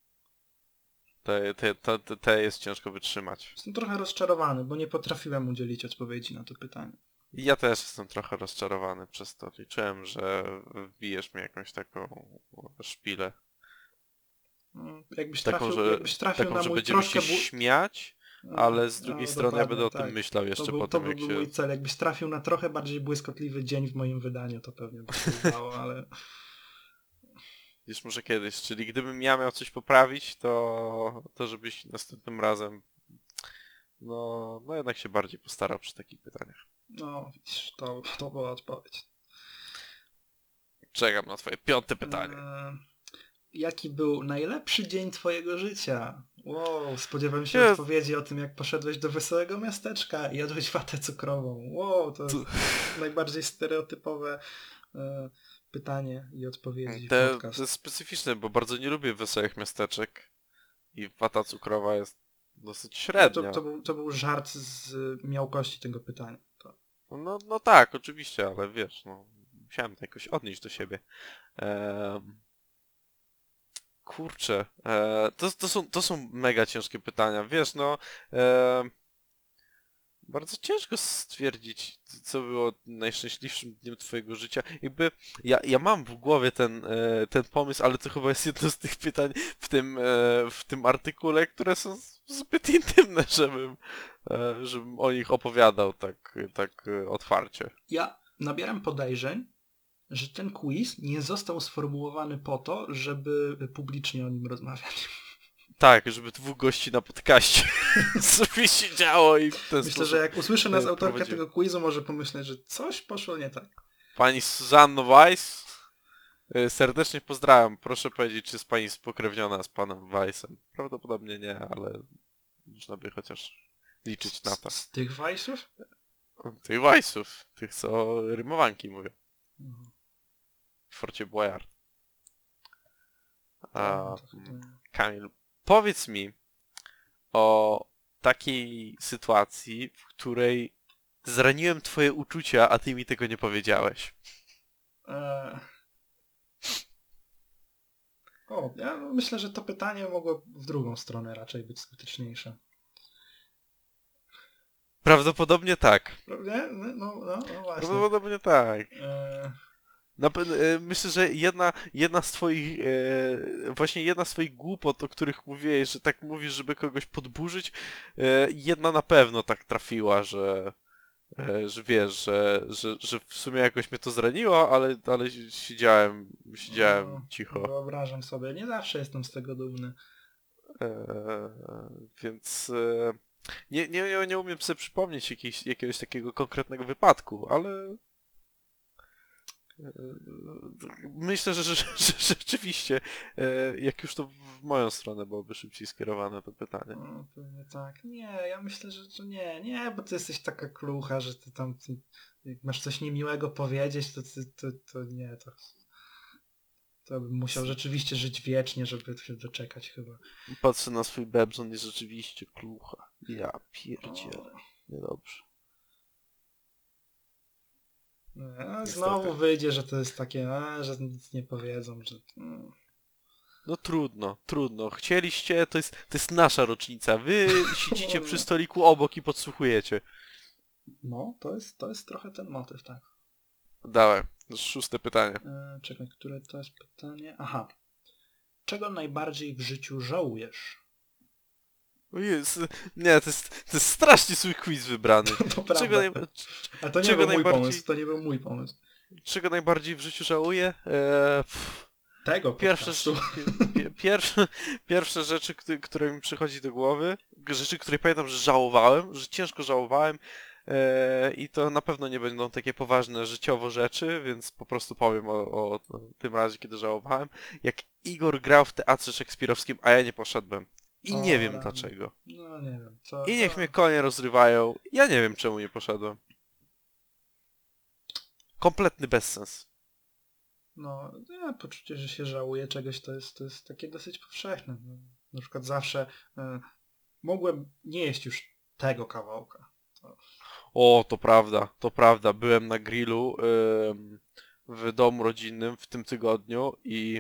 Te jest ciężko wytrzymać. Jestem trochę rozczarowany, bo nie potrafiłem udzielić odpowiedzi na to pytanie. I ja też jestem trochę rozczarowany przez to. Liczyłem, że wbijesz mi jakąś taką szpilę. Jakbyś Taką, trafił taką, na że mój będziemy troszkę... się śmiać, ale z drugiej strony ja będę o tym tak. myślał jeszcze To potem, był jak się... mój cel. Jakbyś trafił na trochę bardziej błyskotliwy dzień w moim wydaniu, to pewnie by się udało, ale... Wiesz, może kiedyś. Czyli gdybym ja miał coś poprawić, to żebyś następnym razem no jednak się bardziej postarał przy takich pytaniach. No, widzisz, to była odpowiedź. Czekam na twoje 5. pytanie. Jaki był najlepszy dzień twojego życia? Wow, spodziewam się Jest. odpowiedzi o tym, jak poszedłeś do wesołego miasteczka i jadłeś watę cukrową. Wow, to jest najbardziej stereotypowe pytanie i odpowiedzi w To podcast. jest specyficzne, bo bardzo nie lubię wesołych miasteczek i wata cukrowa jest dosyć średnia. To był żart z miałkości tego pytania. No tak, oczywiście, ale wiesz, musiałem to jakoś odnieść do siebie. Kurczę, to są mega ciężkie pytania, wiesz, bardzo ciężko stwierdzić, co było najszczęśliwszym dniem twojego życia. Jakby ja mam w głowie ten pomysł, ale to chyba jest jedno z tych pytań w tym artykule, które są zbyt intymne, żebym o nich opowiadał tak otwarcie. Ja nabieram podejrzeń, że ten quiz nie został sformułowany po to, żeby publicznie o nim rozmawiać. Tak, żeby 2 gości na podcaście sobie siedziało i w ten Myślę, sposób że jak usłyszy nas autorka prowadził. tego quizu, może pomyśleć, że coś poszło nie tak. Pani Suzanno Weiss, serdecznie pozdrawiam. Proszę powiedzieć, czy jest pani spokrewniona z panem Weissem. Prawdopodobnie nie, ale można by chociaż liczyć na to. Z tych Weissów? Tych Weissów, tych co rymowanki mówią. W Forcie Boyard. Kamil, powiedz mi o takiej sytuacji, w której zraniłem twoje uczucia, a ty mi tego nie powiedziałeś. Ja myślę, że to pytanie mogło w drugą stronę raczej być skuteczniejsze. Prawdopodobnie tak. Nie? No właśnie. Prawdopodobnie tak. Myślę, że jedna z twoich właśnie jedna z twoich głupot, o których mówiłeś, że tak mówisz, żeby kogoś podburzyć, jedna na pewno tak trafiła, że wiesz, że w sumie jakoś mnie to zraniło, ale siedziałem cicho. Wyobrażam sobie, nie zawsze jestem z tego dumny. Więc nie umiem sobie przypomnieć jakiegoś takiego konkretnego wypadku, ale Myślę, że rzeczywiście, jak już to w moją stronę byłoby szybciej skierowane to pytanie. No, pewnie tak. Nie, ja myślę, że nie, bo ty jesteś taka klucha, że ty tam jak masz coś niemiłego powiedzieć, to nie, to bym musiał rzeczywiście żyć wiecznie, żeby się doczekać chyba. Patrzę na swój bebzon i rzeczywiście klucha. Ja pierdzielę. Niedobrze. A znowu wyjdzie, że to jest takie, że nic nie powiedzą, że... No trudno. Chcieliście, to jest nasza rocznica. Wy siedzicie przy stoliku obok i podsłuchujecie. No, to jest trochę ten motyw, tak. Dałem. 6. pytanie. Czekaj, które to jest pytanie? Aha. Czego najbardziej w życiu żałujesz? O Jezu. Nie, to jest strasznie swój quiz wybrany. To prawda. Czego, A to nie czego był mój najbardziej- pomysł, to nie był mój pomysł. czego najbardziej w życiu żałuję? Tego Pierwsze, podcastu. pierwsze rzeczy, które mi przychodzi do głowy, rzeczy, które pamiętam, że żałowałem, że ciężko żałowałem i to na pewno nie będą takie poważne życiowo rzeczy, więc po prostu powiem o tym razie, kiedy żałowałem. Jak Igor grał w teatrze szekspirowskim, a ja nie poszedłem. I O, nie wiem rany. dlaczego. No nie wiem. Co, I niech co? mnie konie rozrywają. Ja nie wiem, czemu nie poszedłem. Kompletny bezsens. No, poczucie, że się żałuje czegoś, to jest takie dosyć powszechne. No, na przykład zawsze mogłem nie jeść już tego kawałka. O, to prawda. Byłem na grillu w domu rodzinnym w tym tygodniu i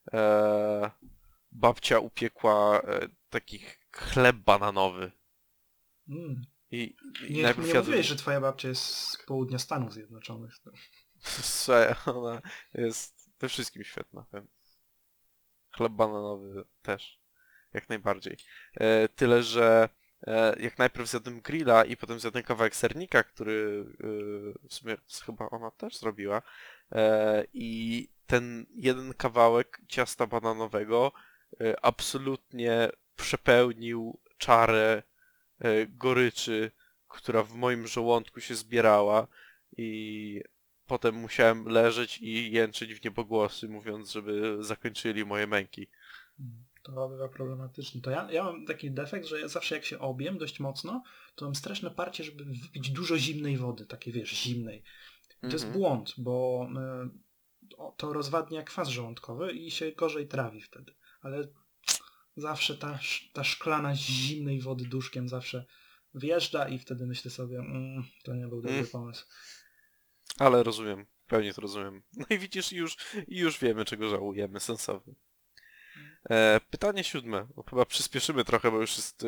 babcia upiekła taki chleb bananowy. Mm. I Nie najpierw jadłem... mówiłeś, że twoja babcia jest z południa Stanów Zjednoczonych. Słuchaj, ona jest we wszystkim świetna. Więc chleb bananowy też. Jak najbardziej. Tyle, że jak najpierw zjadłem grilla i potem zjadłem kawałek sernika, który w sumie chyba ona też zrobiła. I ten jeden kawałek ciasta bananowego absolutnie przepełnił czarę goryczy, która w moim żołądku się zbierała i potem musiałem leżeć i jęczyć w niebogłosy, mówiąc, żeby zakończyli moje męki. To bywa problematyczne. To ja mam taki defekt, że ja zawsze jak się objem dość mocno, to mam straszne parcie, żeby wypić dużo zimnej wody, takiej wiesz, zimnej. To jest błąd, bo to rozwadnia kwas żołądkowy i się gorzej trawi wtedy. Ale zawsze ta szklana zimnej wody duszkiem zawsze wjeżdża i wtedy myślę sobie, to nie był dobry pomysł. Ale rozumiem, pewnie to rozumiem. No i widzisz, już wiemy, czego żałujemy, sensownie. Pytanie 7. Chyba przyspieszymy trochę, bo już jest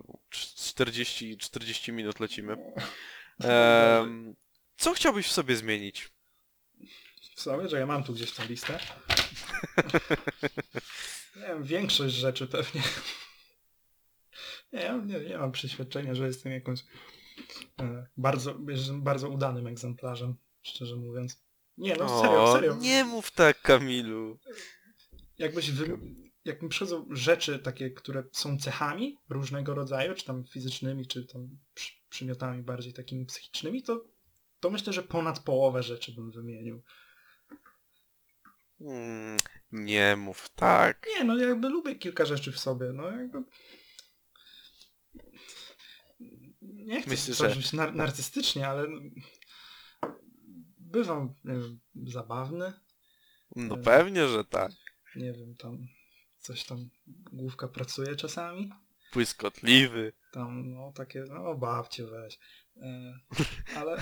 40 minut lecimy. Co chciałbyś w sobie zmienić? W sobie, że ja mam tu gdzieś tę listę. Nie wiem, większość rzeczy pewnie. Nie mam przeświadczenia, że jestem jakąś bardzo udanym egzemplarzem, szczerze mówiąc. Nie, no serio. Nie mów tak, Kamilu. Jak mi przychodzą rzeczy takie, które są cechami różnego rodzaju, czy tam fizycznymi, czy tam przymiotami bardziej takimi psychicznymi, to myślę, że ponad połowę rzeczy bym wymienił. Nie mów tak. Nie, no jakby lubię kilka rzeczy w sobie, no jakby... Nie chcę Myślę, zabrzmieć narcystycznie, ale bywam, nie wiem, zabawny. No pewnie, że tak. Nie wiem, tam coś tam główka pracuje czasami. Błyskotliwy. Tam, no takie, no bawcie weź. Ale...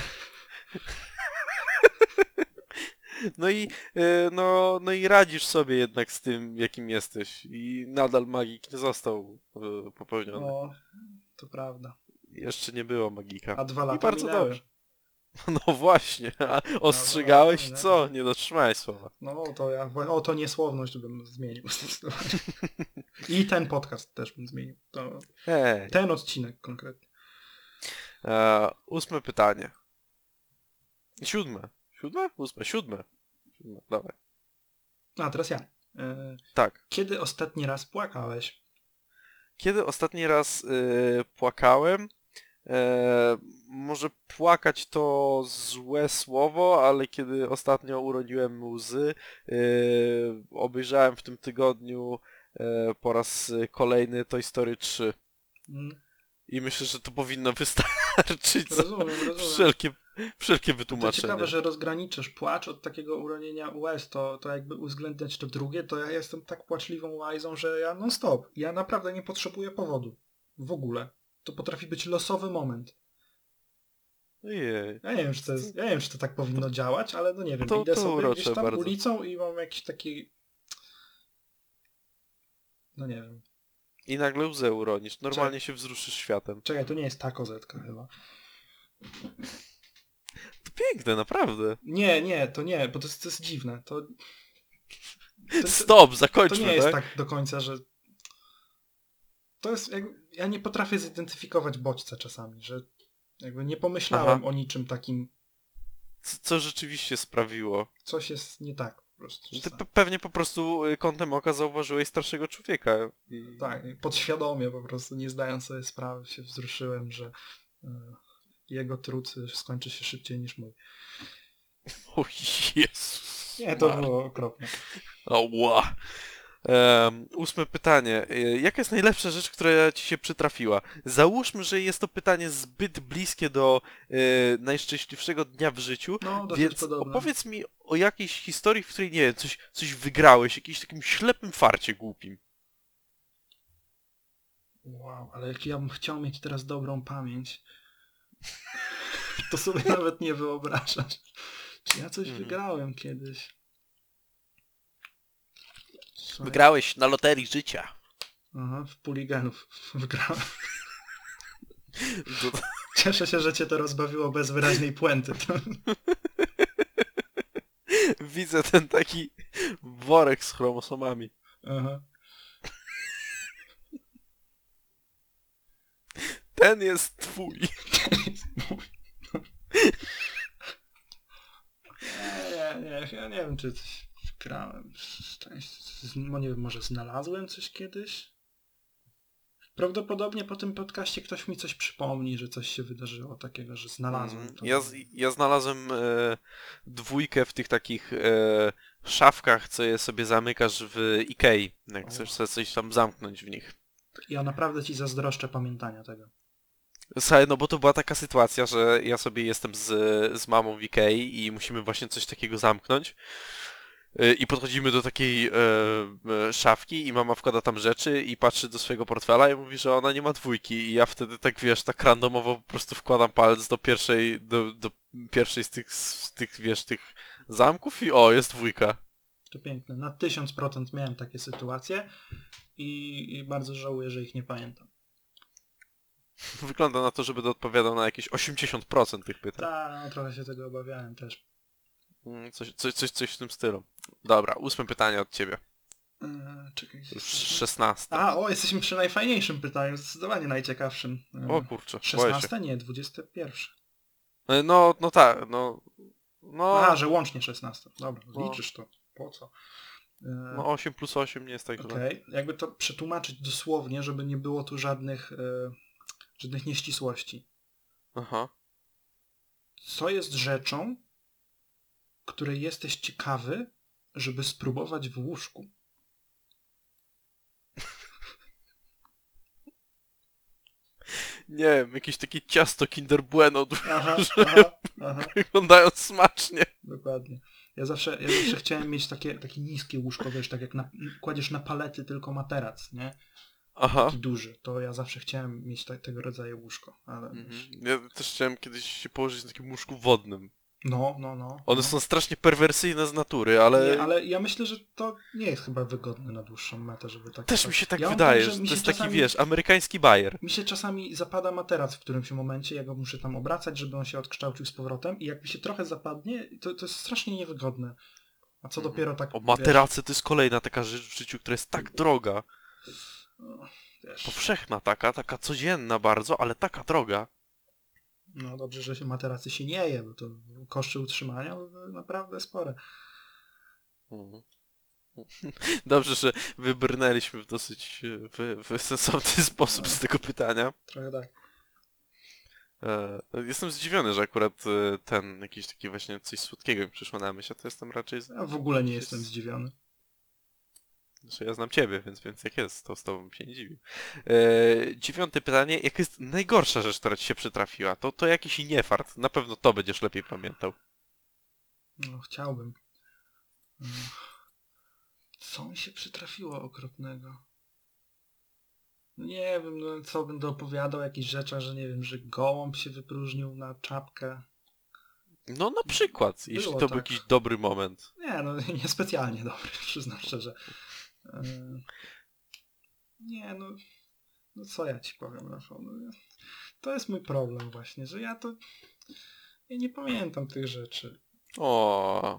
No i radzisz sobie jednak z tym, jakim jesteś. I nadal magik nie został popełniony. No, to prawda. Jeszcze nie było magika. A 2 I lata bardzo minęły. dobrze. No właśnie. A ostrzegałeś? minęły. Co? Nie dotrzymałeś słowa. No to niesłowność bym zmienił. I ten podcast też bym zmienił. Ten odcinek konkretnie. 8. pytanie. 7. 7? 8. 7. Dawaj. A, teraz ja. Tak. Kiedy ostatni raz płakałeś? Kiedy ostatni raz płakałem? Może płakać to złe słowo, ale kiedy ostatnio uroniłem łzy, obejrzałem w tym tygodniu po raz kolejny Toy Story 3. Mm, I myślę, że to powinno wystarczyć za rozumiem. wszelkie To wytłumaczenie. ciekawe, że rozgraniczasz płacz od takiego uronienia łez, to jakby uwzględniać to drugie, to ja jestem tak płaczliwą łajzą, że ja non stop. Ja naprawdę nie potrzebuję powodu. W ogóle. To potrafi być losowy moment. Ojej. Ja nie wiem, ja nie wiem, czy to tak powinno działać, ale no nie wiem, To idę sobie urocze gdzieś tam bardzo. ulicą i mam jakiś taki... No nie wiem. I nagle łzę uronisz. Normalnie się wzruszysz światem. Czekaj, to nie jest ta kozetka chyba. To piękne, naprawdę. Nie, to nie, bo to jest dziwne. Stop, To zakończmy, nie jest tak? tak do końca, że... To jest ja nie potrafię zidentyfikować bodźca czasami, że jakby nie pomyślałem o niczym takim, Co rzeczywiście sprawiło? coś jest nie tak po prostu. Ty czasami. pewnie po prostu kątem oka zauważyłeś starszego człowieka. Tak, podświadomie po prostu, nie zdając sobie sprawy, się wzruszyłem, że jego trud skończy się szybciej niż mój. O Jezus. Nie, to Maria. było okropne. Ała. 8 pytanie. Jaka jest najlepsza rzecz, która ci się przytrafiła? Załóżmy, że jest to pytanie zbyt bliskie do najszczęśliwszego dnia w życiu, No, dosyć więc podobne. opowiedz mi o jakiejś historii, w której, nie wiem, coś wygrałeś, jakimś takim ślepym farcie głupim. Wow, ale jak ja bym chciał mieć teraz dobrą pamięć, to sobie nawet nie wyobrażasz. Czy ja coś wygrałem kiedyś? Słuchaj, Wygrałeś na loterii życia. Aha, w puliganów wygrałem. To- Cieszę się, że cię to rozbawiło bez wyraźnej puenty. Widzę ten taki worek z chromosomami. Aha. Ten jest twój. Ja nie wiem, czy coś wygrałem. No nie wiem, może znalazłem coś kiedyś? Prawdopodobnie po tym podcaście ktoś mi coś przypomni, że coś się wydarzyło takiego, że znalazłem to. Ja znalazłem dwójkę w tych takich szafkach, co je sobie zamykasz w Ikei, jak chcesz sobie coś tam zamknąć w nich. Ja naprawdę ci zazdroszczę pamiętania tego. Słuchaj, no bo to była taka sytuacja, że ja sobie jestem z mamą w Ikei i musimy właśnie coś takiego zamknąć. I podchodzimy do takiej szafki i mama wkłada tam rzeczy i patrzy do swojego portfela i mówi, że ona nie ma dwójki i ja wtedy tak, wiesz, tak randomowo po prostu wkładam palec do pierwszej z tych, wiesz, tych zamków i o, jest dwójka. To piękne. Na 1000% miałem takie sytuacje i bardzo żałuję, że ich nie pamiętam. Wygląda na to, że będę odpowiadał na jakieś 80% tych pytań. Tak, no, trochę się tego obawiałem też. Coś w tym stylu. Dobra, 8 pytanie od ciebie. Czekaj. Już 16. Jesteśmy przy najfajniejszym pytaniu, zdecydowanie najciekawszym. O kurczę, boję się. 16? Nie, 21. No tak, no... Aha, że łącznie 16. Dobra, No. liczysz to. Po co? No 8 plus 8 nie jest tak źle. Okej, jakby to przetłumaczyć dosłownie, żeby nie było tu żadnych nieścisłości. Aha. Co jest rzeczą, której jesteś ciekawy, żeby spróbować w łóżku? Nie wiem, jakieś takie ciasto Kinder Bueno Aha. wyglądają smacznie. Dokładnie. Ja zawsze chciałem mieć takie niskie łóżko, wiesz, tak jak kładziesz na palety tylko materac, nie? Aha. Taki duży. To ja zawsze chciałem mieć tego rodzaju łóżko, ale... Ja też chciałem kiedyś się położyć na takim łóżku wodnym. No. One są strasznie perwersyjne z natury, ale... Nie, ale ja myślę, że to nie jest chyba wygodne na dłuższą metę, żeby tak... Też mi się tak Ja mam wydaje, tak, że mi to się jest taki, czasami- wiesz, amerykański bajer. Mi się czasami zapada materac w którymś momencie, ja go muszę tam obracać, żeby on się odkształcił z powrotem i jak mi się trochę zapadnie, to jest strasznie niewygodne. A co dopiero tak... O, materace to jest kolejna taka rzecz w życiu, która jest tak droga. Wiesz, Powszechna taka codzienna bardzo, ale taka droga. no dobrze, że się materacy się nie je, bo to koszty utrzymania były naprawdę spore. Mhm. Dobrze, że wybrnęliśmy w dosyć w sensowny sposób z tego pytania. Trochę tak. Jestem zdziwiony, że akurat ten, jakiś taki właśnie coś słodkiego mi przyszło na myśl, a to jestem raczej... Ja w ogóle nie jestem zdziwiony. Znaczy ja znam ciebie, więc jak jest, to z tobą się nie dziwię. 9. pytanie, jaka jest najgorsza rzecz, która ci się przytrafiła? To jakiś niefart, na pewno to będziesz lepiej pamiętał. No, chciałbym. Co mi się przytrafiło okropnego? No nie wiem, no, co będę opowiadał o jakichś rzeczach, że nie wiem, że gołąb się wypróżnił na czapkę. No na przykład, jeśli Było to był tak. jakiś dobry moment. Nie, no niespecjalnie dobry, przyznam szczerze. Nie, no co ja ci powiem, Rafał? No, to jest mój problem właśnie, że ja nie pamiętam tych rzeczy. O,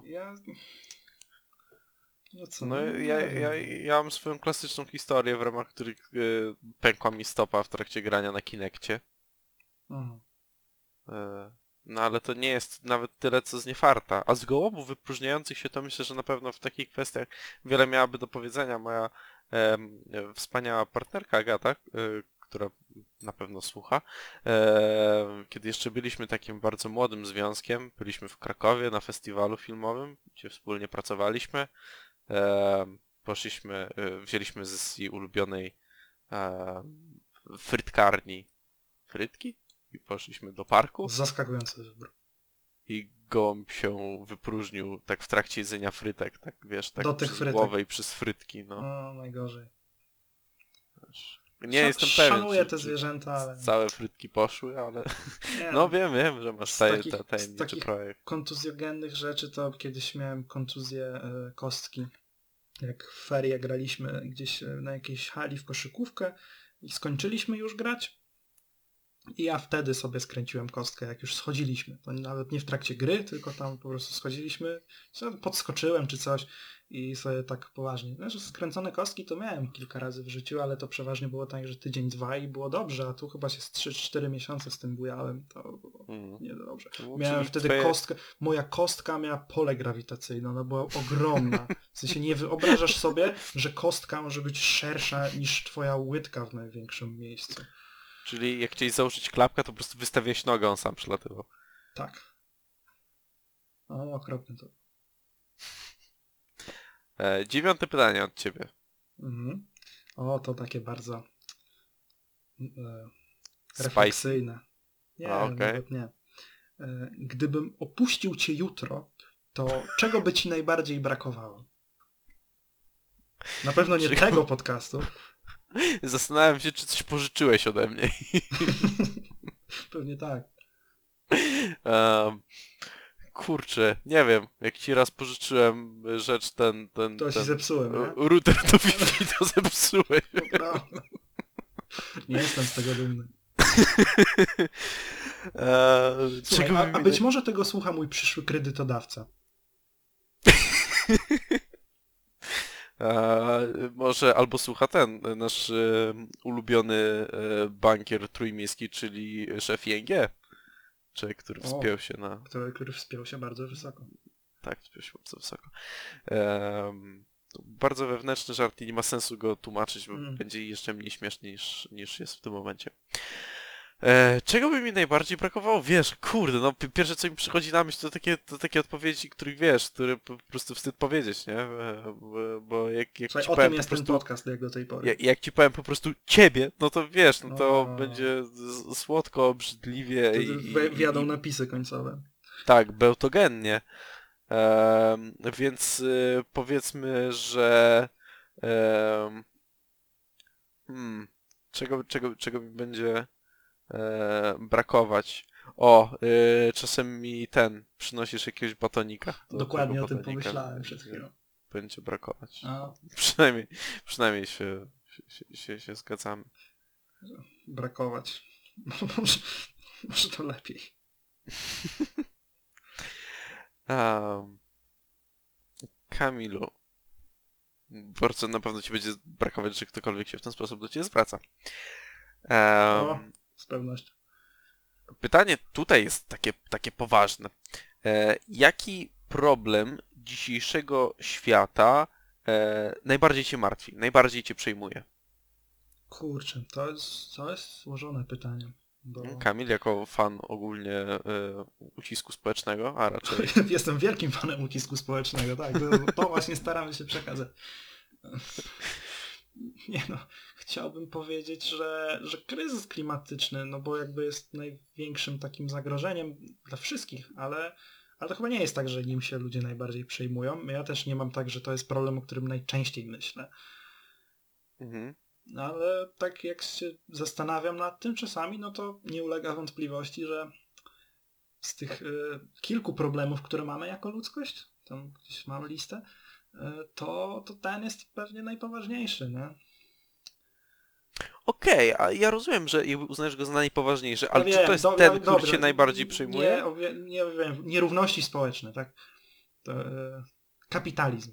No co? no nie ja wiem. mam swoją klasyczną historię, w ramach której pękła mi stopa w trakcie grania na Kinekcie. Aha. No ale to nie jest nawet tyle, co z niefarta. A z gołąbów wypróżniających się to myślę, że na pewno w takich kwestiach wiele miałaby do powiedzenia moja wspaniała partnerka Agata, która na pewno słucha. Kiedy jeszcze byliśmy takim bardzo młodym związkiem, byliśmy w Krakowie na festiwalu filmowym, gdzie wspólnie pracowaliśmy. Wzięliśmy z jej ulubionej frytkarni frytki i poszliśmy do parku. Zaskakujący wybór. I gołąb się wypróżnił tak w trakcie jedzenia frytek, tak wiesz, tak Do tych przez frytek. głowę i przez frytki, no. O, najgorzej. Nie jestem pewien, Szanuję czy te zwierzęta, ale... całe frytki poszły, ale Nie, no wiem, że masz z tajemniczy takich projekt. kontuzjogennych rzeczy to kiedyś miałem kontuzję kostki. Jak w ferie graliśmy gdzieś na jakiejś hali w koszykówkę i skończyliśmy już grać. I ja wtedy sobie skręciłem kostkę, jak już schodziliśmy. To nawet nie w trakcie gry, tylko tam po prostu schodziliśmy. Podskoczyłem czy coś i sobie tak poważnie. Znaczy skręcone kostki to miałem kilka razy w życiu, ale to przeważnie było tak, że tydzień, dwa i było dobrze, a tu chyba się z 3-4 miesiące z tym bujałem. To było niedobrze. No, Miałem czyli wtedy twoje- kostkę, moja kostka miała pole grawitacyjne, ona była ogromna. W sensie nie wyobrażasz sobie, że kostka może być szersza niż twoja łydka w największym miejscu. Czyli jak chciałeś założyć klapkę, to po prostu wystawiałeś nogę, on sam przelatywał. Tak. O, okropne to. 9. pytanie od ciebie. Mhm. O, to takie bardzo Spicy. refleksyjne. Nie, A, okej. nawet nie. Gdybym opuścił cię jutro, to czego by ci najbardziej brakowało? Na pewno nie Czego? tego podcastu. Zastanawiam się, czy coś pożyczyłeś ode mnie. Pewnie tak. Kurczę, nie wiem, jak ci raz pożyczyłem rzecz To się zepsułem, nie? router do Wi-Fi, to zepsułeś. To prawda. Nie jestem z tego dumny. Słuchaj, Czego a być może tego słucha mój przyszły kredytodawca. może albo słucha ten, nasz ulubiony bankier trójmiejski, czyli szef ING. Człowiek, który wspiął się na... Który wspiął się bardzo wysoko. Tak, wspiął się bardzo wysoko. To bardzo wewnętrzny żart i nie ma sensu go tłumaczyć, bo będzie jeszcze mniej śmieszny niż jest w tym momencie. Czego by mi najbardziej brakowało? Wiesz, kurde, no pierwsze co mi przychodzi na myśl to takie odpowiedzi, których wiesz, które po prostu wstyd powiedzieć, nie? Bo jak Słuchaj, ci o powiem tym po jest prostu, ten podcast jak do tej pory. jak ci powiem po prostu ciebie, no to wiesz, no to O. będzie słodko, obrzydliwie Wtedy wjadą napisy końcowe. tak, bełtogennie. Więc powiedzmy, że czego mi będzie brakować? O, czasem mi przynosisz jakiegoś batonika. To Dokładnie tego o tym batonika pomyślałem przed chwilą. będzie brakować. A, Przynajmniej się zgadzamy. brakować. Może to lepiej. Kamilu, bardzo na pewno ci będzie brakować, że ktokolwiek się w ten sposób do ciebie zwraca. O, z pewnością. Pytanie tutaj jest takie poważne. Jaki problem dzisiejszego świata najbardziej cię martwi, najbardziej cię przejmuje? Kurczę, to jest złożone pytanie. Bo Kamil jako fan ogólnie ucisku społecznego, a raczej... jestem wielkim fanem ucisku społecznego, tak. To właśnie staramy się przekazać. Nie no, chciałbym powiedzieć, że kryzys klimatyczny, no bo jakby jest największym takim zagrożeniem dla wszystkich, ale to chyba nie jest tak, że nim się ludzie najbardziej przejmują. Ja też nie mam tak, że to jest problem, o którym najczęściej myślę. Mhm. No ale tak jak się zastanawiam nad tym czasami, no to nie ulega wątpliwości, że z tych kilku problemów, które mamy jako ludzkość, tam gdzieś mam listę, to ten jest pewnie najpoważniejszy, nie? Okej, a ja rozumiem, że jakby uznajesz go za najpoważniejszy, ale Ja czy wiem, to jest dobra, ten, który dobra. cię najbardziej przejmuje? Nie wiem, nierówności społeczne, tak? To, kapitalizm.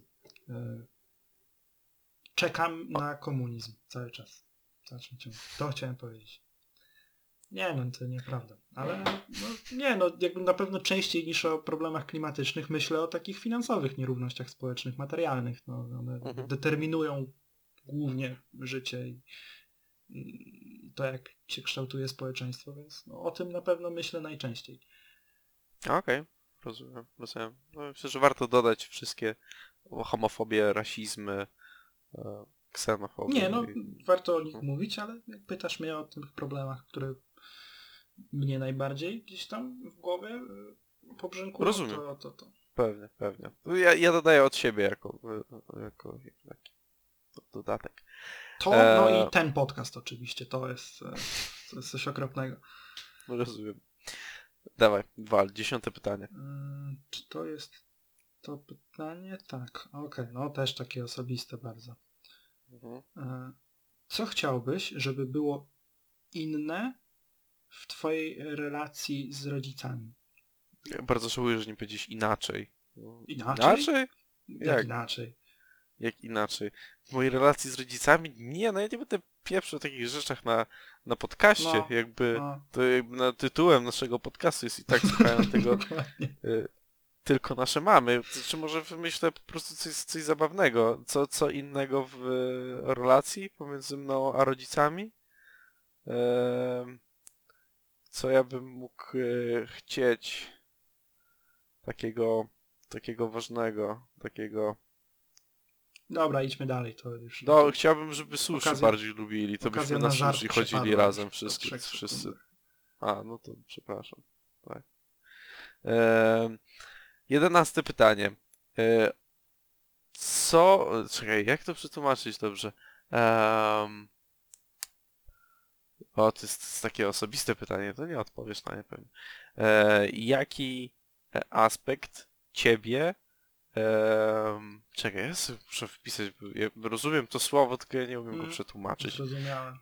Czekam na komunizm cały czas. To chciałem powiedzieć. Nie, no to nieprawda. Ale jakby na pewno częściej niż o problemach klimatycznych myślę o takich finansowych nierównościach społecznych, materialnych. No, one determinują głównie życie i to, jak się kształtuje społeczeństwo, więc o tym na pewno myślę najczęściej. Okej, rozumiem. No, myślę, że warto dodać wszystkie homofobię, rasizmy, ksenofobię. Nie, no warto o nich mówić, ale jak pytasz mnie o tych problemach, które mnie najbardziej gdzieś tam w głowie pobrzękują, Rozumiem. to. Pewnie. Ja dodaję od siebie jako taki dodatek. No i ten podcast oczywiście, to jest coś okropnego. Rozumiem. Dawaj, 10. pytanie. Czy to jest to pytanie? Tak, okej, no też takie osobiste bardzo. Co chciałbyś, żeby było inne w twojej relacji z rodzicami? Ja bardzo żałuję, że nie powiedzieć inaczej. Inaczej? Jak? Inaczej? Jak inaczej? W mojej relacji z rodzicami? Nie, no ja nie będę pieprzył o takich rzeczach na podcaście. To jakby na tytułem naszego podcastu jest i tak słuchają tego tylko nasze mamy. Czy może wymyślę po prostu coś zabawnego? Co innego w relacji pomiędzy mną a rodzicami? Co ja bym mógł chcieć takiego ważnego, takiego... Dobra, idźmy dalej, to już... No, chciałbym, żeby sushi Okazja- bardziej lubili, to byśmy na żart sushi chodzili przepadła razem już po wszyscy. 3 sekundach. A, no to przepraszam. Tak. 11 pytanie. Czekaj, jak to przetłumaczyć dobrze? To jest takie osobiste pytanie, to nie odpowiesz na nie pewnie. Jaki aspekt ciebie... czekaj, ja sobie muszę wpisać, bo ja rozumiem to słowo, tylko ja nie umiem go przetłumaczyć. Zrozumiałem.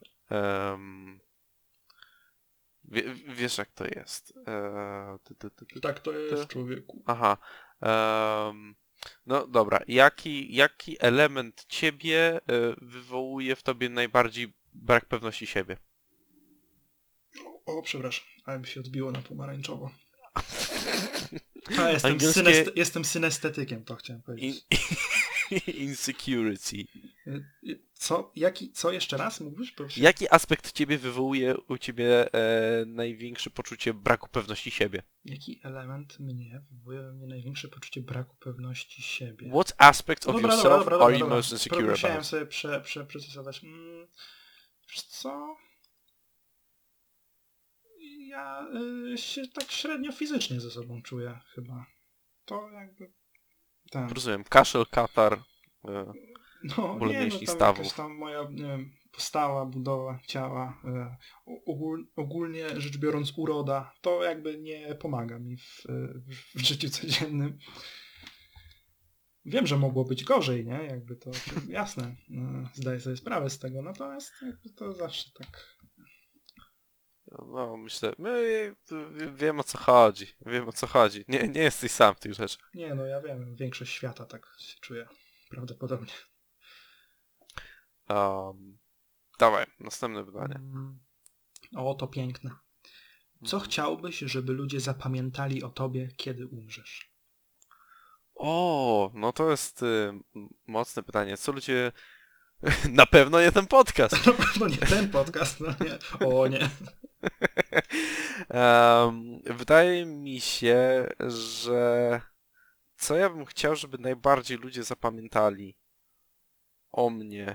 Wiesz jak to jest. Tak to jest, człowieku. Aha. No dobra, jaki element ciebie wywołuje w tobie najbardziej brak pewności siebie? O, przepraszam, ale mi się odbiło na pomarańczowo. Jestem synestetykiem, to chciałem powiedzieć. Insecurity. Co jeszcze raz mówisz? Proszę? Jaki aspekt ciebie wywołuje u ciebie największe poczucie braku pewności siebie? Jaki element wywołuje we mnie największe poczucie braku pewności siebie? What aspect of yourself are you most insecure Musiałem about? sobie przeprocesować. Wiesz co? Ja się tak średnio fizycznie ze sobą czuję chyba. To jakby... Ten. Rozumiem, kaszel, katar, No ból nie, mięśni tam stawów. jakaś tam moja, nie wiem, postawa, budowa ciała, ogólnie rzecz biorąc uroda, to jakby nie pomaga mi w życiu codziennym. Wiem, że mogło być gorzej, nie? Jakby to jasne, zdaję sobie sprawę z tego, natomiast jakby to zawsze tak... No myślę, wiem o co chodzi, Nie jesteś sam w tych rzeczach. Nie, no ja wiem, większość świata tak się czuje prawdopodobnie. Dawaj, następne pytanie. O, to piękne. Co chciałbyś, żeby ludzie zapamiętali o tobie, kiedy umrzesz? O, no to jest mocne pytanie. Co ludzie... Na pewno nie ten podcast. No nie ten podcast, no nie. O nie. Wydaje mi się, że co ja bym chciał, żeby najbardziej ludzie zapamiętali o mnie.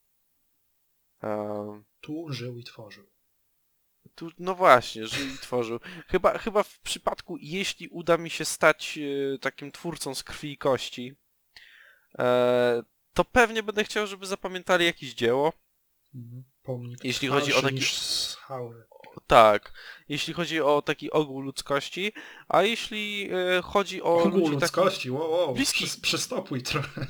Tu żył i tworzył. No właśnie, żył i tworzył. Chyba w przypadku, jeśli uda mi się stać takim twórcą z krwi i kości, to pewnie będę chciał, żeby zapamiętali jakieś dzieło. Pomnik Jeśli chodzi o taki... niż schaury. Tak, jeśli chodzi o taki ogół ludzkości, a jeśli chodzi o Ogół ludzi ludzkości, wow, bliski. przystopuj trochę.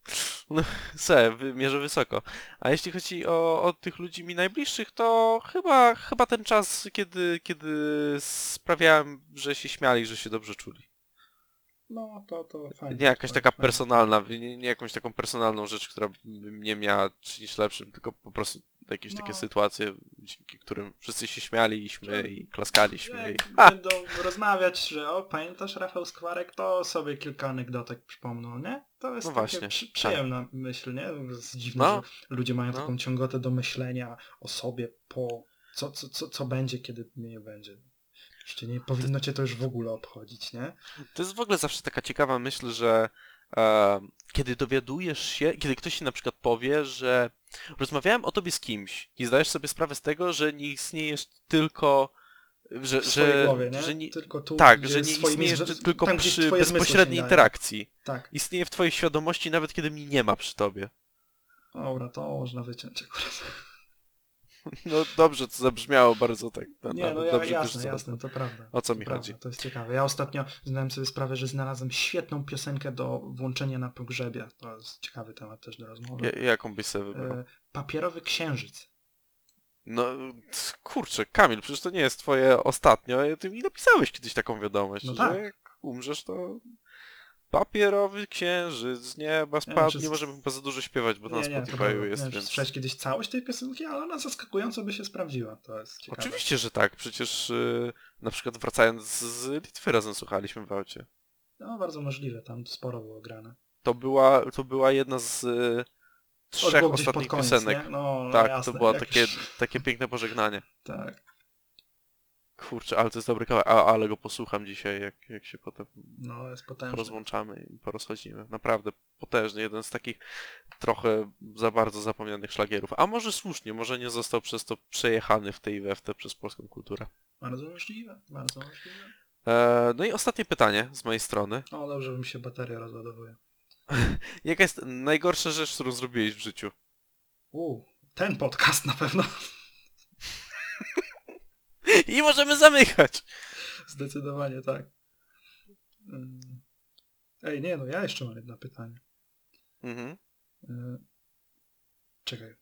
Mierzę wysoko. A jeśli chodzi o tych ludzi mi najbliższych, to chyba ten czas, kiedy sprawiałem, że się śmiali, że się dobrze czuli. No, to fajnie. Nie jakaś taka fajnie. personalna, nie jakąś taką personalną rzecz, która by mnie miała czynić lepszym, tylko po prostu jakieś takie sytuacje, dzięki którym wszyscy się śmialiśmy i klaskaliśmy. Jak I... będą rozmawiać, że pamiętasz Rafał Skwarek, to sobie kilka anegdotek przypomną, nie? To jest No takie właśnie, przyjemna myśl, nie? Jest dziwne, No. że ludzie mają No. taką ciągotę do myślenia o sobie po co będzie, kiedy mnie nie będzie. Oczywiście nie powinno cię to już w ogóle obchodzić, nie? To jest w ogóle zawsze taka ciekawa myśl, że kiedy dowiadujesz się, kiedy ktoś ci na przykład powie, że rozmawiałem o tobie z kimś i zdajesz sobie sprawę z tego, że nie istniejesz tylko, że, W swojej głowie, nie? że nie, Tylko tu, tak, gdzie że nie swoimi istniejesz zmysł- tylko tam, gdzie przy twoje zmysły bezpośredniej sięgają. interakcji. Tak. Istnieje w twojej świadomości nawet kiedy mnie nie ma przy tobie. Dobra, to można wyciąć akurat. No dobrze, to zabrzmiało bardzo tak. Nie, no dobrze, jasne, to prawda. O co To mi prawda, chodzi? to jest ciekawe. Ja ostatnio zdałem sobie sprawę, że znalazłem świetną piosenkę do włączenia na pogrzebie. To jest ciekawy temat też do rozmowy. Jaką byś sobie wybrał? Papierowy księżyc. No kurczę, Kamil, przecież to nie jest twoje ostatnio. Ty mi napisałeś kiedyś taką wiadomość, No że tak. jak umrzesz, to papierowy księżyc z nieba spadł. Nie możemy chyba za dużo śpiewać, bo to na to Spotify'u prawda. jest, Nie wiem, czy więc... słyszałeś kiedyś całość tej piosenki, ale ona zaskakująco by się sprawdziła. To jest ciekawe. Oczywiście, że tak. Przecież na przykład wracając z Litwy razem słuchaliśmy w aucie. No, bardzo możliwe, tam sporo było grane. To była jedna z trzech było gdzieś ostatnich pod koniec, piosenek. nie? No, Tak, jasne, to było jakieś- takie piękne pożegnanie. Tak, Kurczę, ale to jest dobry kawałek, ale go posłucham dzisiaj, jak się potem no jest potężne. porozłączamy i porozchodzimy. Naprawdę potężny, jeden z takich trochę za bardzo zapomnianych szlagierów. A może słusznie, może nie został przez to przejechany w tej we w te przez polską kulturę. Bardzo możliwe, bardzo możliwe. No i ostatnie pytanie z mojej strony. O, dobrze, że mi się bateria rozładowuje. Jaka jest najgorsza rzecz, którą zrobiłeś w życiu? Ten podcast na pewno. I możemy zamykać! Zdecydowanie tak. Ej, nie, no ja jeszcze mam jedno pytanie. Mhm. Czekaj.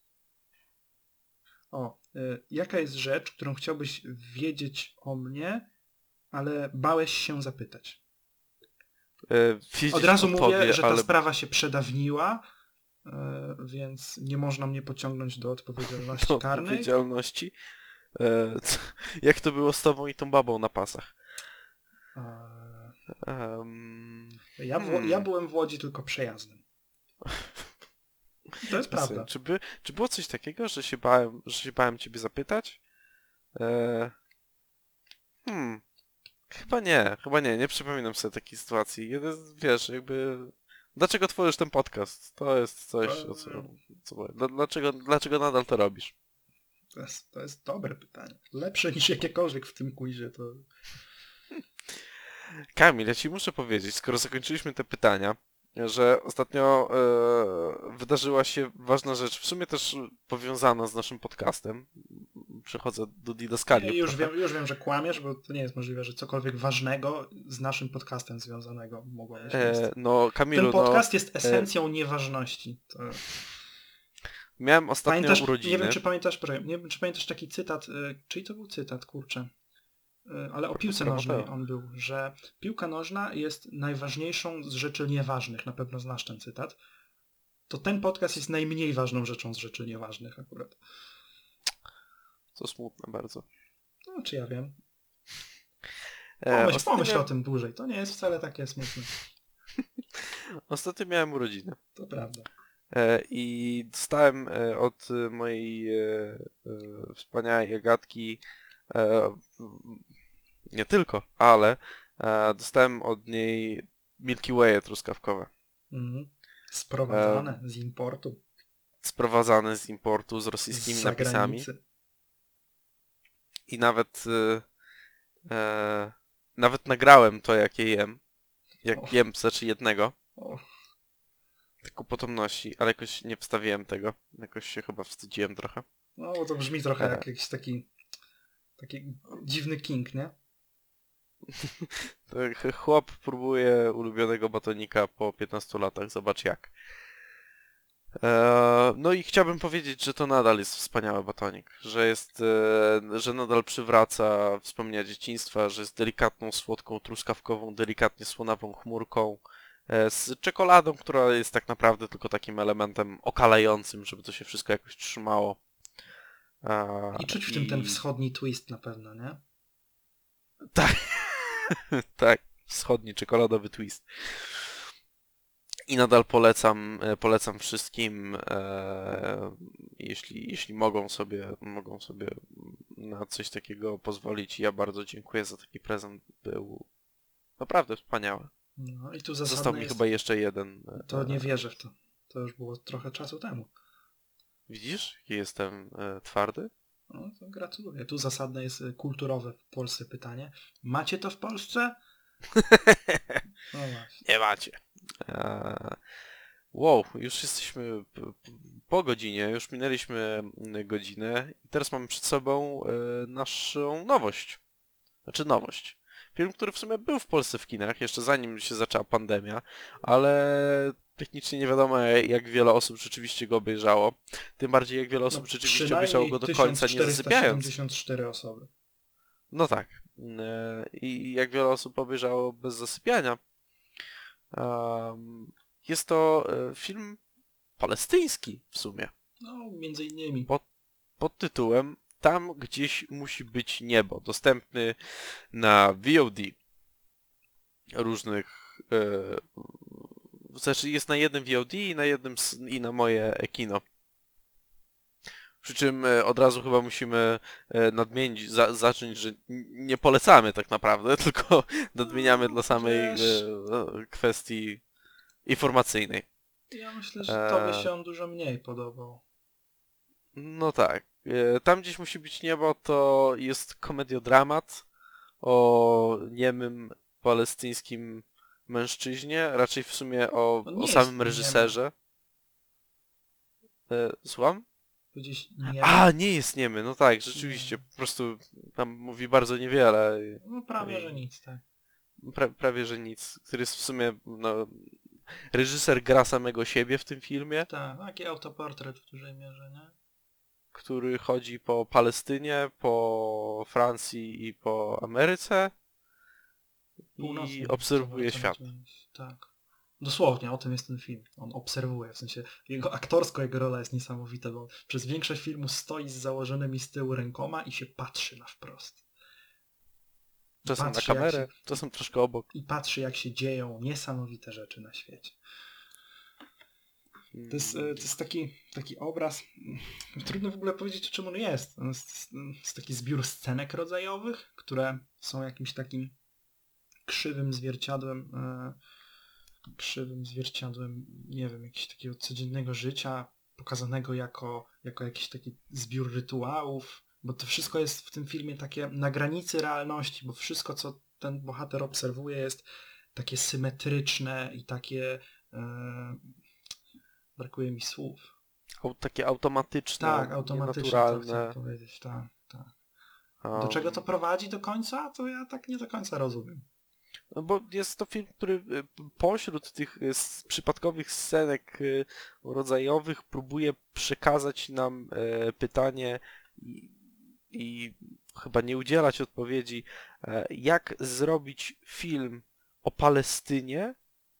Jaka jest rzecz, którą chciałbyś wiedzieć o mnie, ale bałeś się zapytać? Od razu mówię, że ta sprawa się przedawniła, więc nie można mnie pociągnąć do odpowiedzialności do karnej. odpowiedzialności. Jak to było z tobą i tą babą na pasach? Ja byłem w Łodzi tylko przejazdem. To jest prawda. Czy było coś takiego, że się bałem ciebie zapytać? Chyba nie, nie przypominam sobie takiej sytuacji. Wiesz, jakby... Dlaczego tworzysz ten podcast? To jest coś, dlaczego nadal to robisz? To jest dobre pytanie. Lepsze niż jakiekolwiek w tym quizie. To... Kamil, ja ci muszę powiedzieć, skoro zakończyliśmy te pytania, że ostatnio wydarzyła się ważna rzecz, w sumie też powiązana z naszym podcastem. Przechodzę do didaskaliów. Już wiem, że kłamiesz, bo to nie jest możliwe, że cokolwiek ważnego z naszym podcastem związanego mogło mieć miejsce. No, Kamilu, ten podcast jest esencją nieważności. To... Miałem ostatnio urodziny. Nie wiem, czy pamiętasz taki cytat, czyj to był cytat, kurczę. Ale o piłce nożnej on był, że piłka nożna jest najważniejszą z rzeczy nieważnych. Na pewno znasz ten cytat. To ten podcast jest najmniej ważną rzeczą z rzeczy nieważnych akurat. To smutne bardzo. No, czy ja wiem. Pomyśl o tym dłużej. To nie jest wcale takie smutne. Ostatnio miałem urodziny. To prawda. I dostałem od mojej wspaniałej Agatki nie tylko, ale dostałem od niej Milky Way truskawkowe. Sprowadzane z importu. Sprowadzane z importu z rosyjskimi Z napisami. zagranicy. I nawet nagrałem to, jak je jem. Jak jem, znaczy jednego. O, Tylko potomności, ale jakoś nie wstawiłem tego. Jakoś się chyba wstydziłem trochę. no bo to brzmi trochę jak jakiś taki dziwny king, nie? Tak, chłop próbuje ulubionego batonika po 15 latach, zobacz jak. No i chciałbym powiedzieć, że to nadal jest wspaniały batonik, że nadal przywraca wspomnienia dzieciństwa, że jest delikatną, słodką, truskawkową, delikatnie słonawą chmurką, z czekoladą, która jest tak naprawdę tylko takim elementem okalającym, żeby to się wszystko jakoś trzymało. I czuć w tym ten wschodni twist na pewno, nie? Tak, tak, wschodni czekoladowy twist. I nadal polecam wszystkim, jeśli mogą sobie na coś takiego pozwolić. Ja bardzo dziękuję za taki prezent. Był naprawdę wspaniały. No i tu Został zasadne mi jest... chyba jeszcze jeden. To nie wierzę w to. To już było trochę czasu temu. Widzisz, jaki jestem twardy? No to gratuluję. Tu zasadne jest kulturowe w Polsce pytanie. Macie to w Polsce? No właśnie. Nie macie. Wow, już jesteśmy po godzinie, już minęliśmy godzinę i teraz mamy przed sobą naszą nowość. Znaczy nowość. Film, który w sumie był w Polsce w kinach, jeszcze zanim się zaczęła pandemia, ale technicznie nie wiadomo, jak wiele osób rzeczywiście go obejrzało. Tym bardziej, jak wiele osób rzeczywiście obejrzało go do końca, nie zasypiając. 1474 osoby. No tak. I jak wiele osób obejrzało bez zasypiania. Jest to film palestyński w sumie. No, między innymi. Pod tytułem Tam gdzieś musi być niebo. Dostępny na VOD różnych... Znaczy jest na jednym VOD i na jednym i na moje kino. Przy czym od razu chyba musimy nadmienić, zacząć, że nie polecamy tak naprawdę, tylko nadmieniamy dla samej kwestii informacyjnej. Ja myślę, że tobie się on dużo mniej podobał. No tak. Tam gdzieś musi być niebo, to jest komediodramat o niemym palestyńskim mężczyźnie, raczej w sumie o samym reżyserze. Słucham? Gdzieś nie. A, nie jest niemy, no tak, rzeczywiście, po prostu tam mówi bardzo niewiele. No prawie, że nic, tak. Prawie, że nic. Który jest w sumie, no, reżyser gra samego siebie w tym filmie. Tak, taki autoportret w dużej mierze, nie? Który chodzi po Palestynie, po Francji i po Ameryce i obserwuje świat. Tak. Dosłownie, o tym jest ten film. On obserwuje, w sensie aktorsko jego rola jest niesamowita, bo przez większość filmu stoi z założonymi z tyłu rękoma i się patrzy na wprost. Czasem na kamerę, czasem troszkę obok. I patrzy, jak się dzieją niesamowite rzeczy na świecie. To jest taki obraz, trudno w ogóle powiedzieć, o czym on jest. To jest taki zbiór scenek rodzajowych, które są jakimś takim krzywym zwierciadłem, nie wiem, jakiegoś takiego codziennego życia, pokazanego jako jakiś taki zbiór rytuałów, bo to wszystko jest w tym filmie takie na granicy realności, bo wszystko, co ten bohater obserwuje, jest takie symetryczne i takie... brakuje mi słów. Takie automatyczne, tak, automatyczne, naturalne. chcę powiedzieć, tak. Do czego to prowadzi do końca? To ja tak nie do końca rozumiem. No bo jest to film, który pośród tych przypadkowych scenek rodzajowych próbuje przekazać nam pytanie i chyba nie udzielać odpowiedzi, jak zrobić film o Palestynie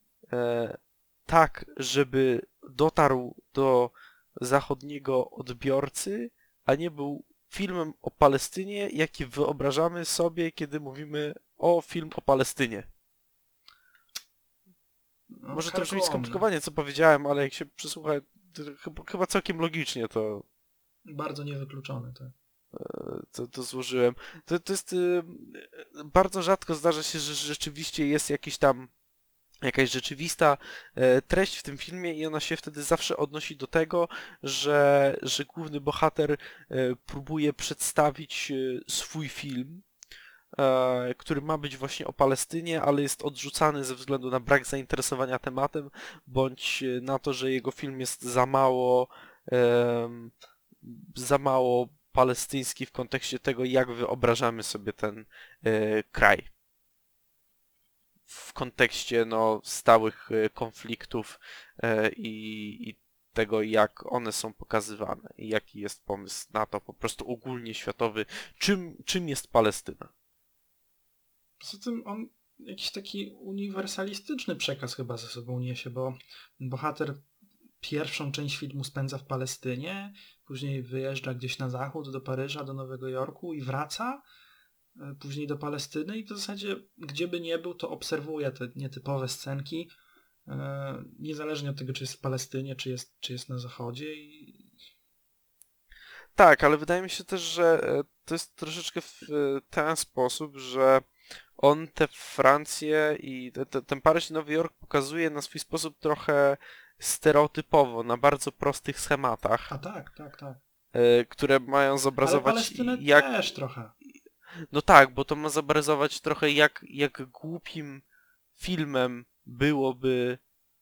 tak, żeby dotarł do zachodniego odbiorcy, a nie był filmem o Palestynie, jaki wyobrażamy sobie, kiedy mówimy o film o Palestynie. No, Może to brzmi skomplikowanie, co powiedziałem, ale jak się przysłucha chyba całkiem logicznie Bardzo niewykluczony, tak. to złożyłem. To jest... bardzo rzadko zdarza się, że rzeczywiście jest jakaś rzeczywista treść w tym filmie i ona się wtedy zawsze odnosi do tego, że główny bohater próbuje przedstawić swój film, który ma być właśnie o Palestynie, ale jest odrzucany ze względu na brak zainteresowania tematem, bądź na to, że jego film jest za mało palestyński w kontekście tego, jak wyobrażamy sobie ten kraj. W kontekście stałych konfliktów i tego, jak one są pokazywane i jaki jest pomysł na to po prostu ogólnie światowy, czym jest Palestyna. Poza tym on jakiś taki uniwersalistyczny przekaz chyba ze sobą niesie, bo bohater pierwszą część filmu spędza w Palestynie, później wyjeżdża gdzieś na zachód, do Paryża, do Nowego Jorku i wraca, później do Palestyny i w zasadzie gdzie by nie był, to obserwuje te nietypowe scenki, niezależnie od tego, czy jest w Palestynie, czy jest na zachodzie. Tak, ale wydaje mi się też, że to jest troszeczkę w ten sposób, że on tę Francję i ten Paryż i Nowy Jork pokazuje na swój sposób trochę stereotypowo, na bardzo prostych schematach, A tak. które mają Ale zobrazować Palestynę jak... też trochę. No tak, bo to ma zobrazować trochę jak głupim filmem byłoby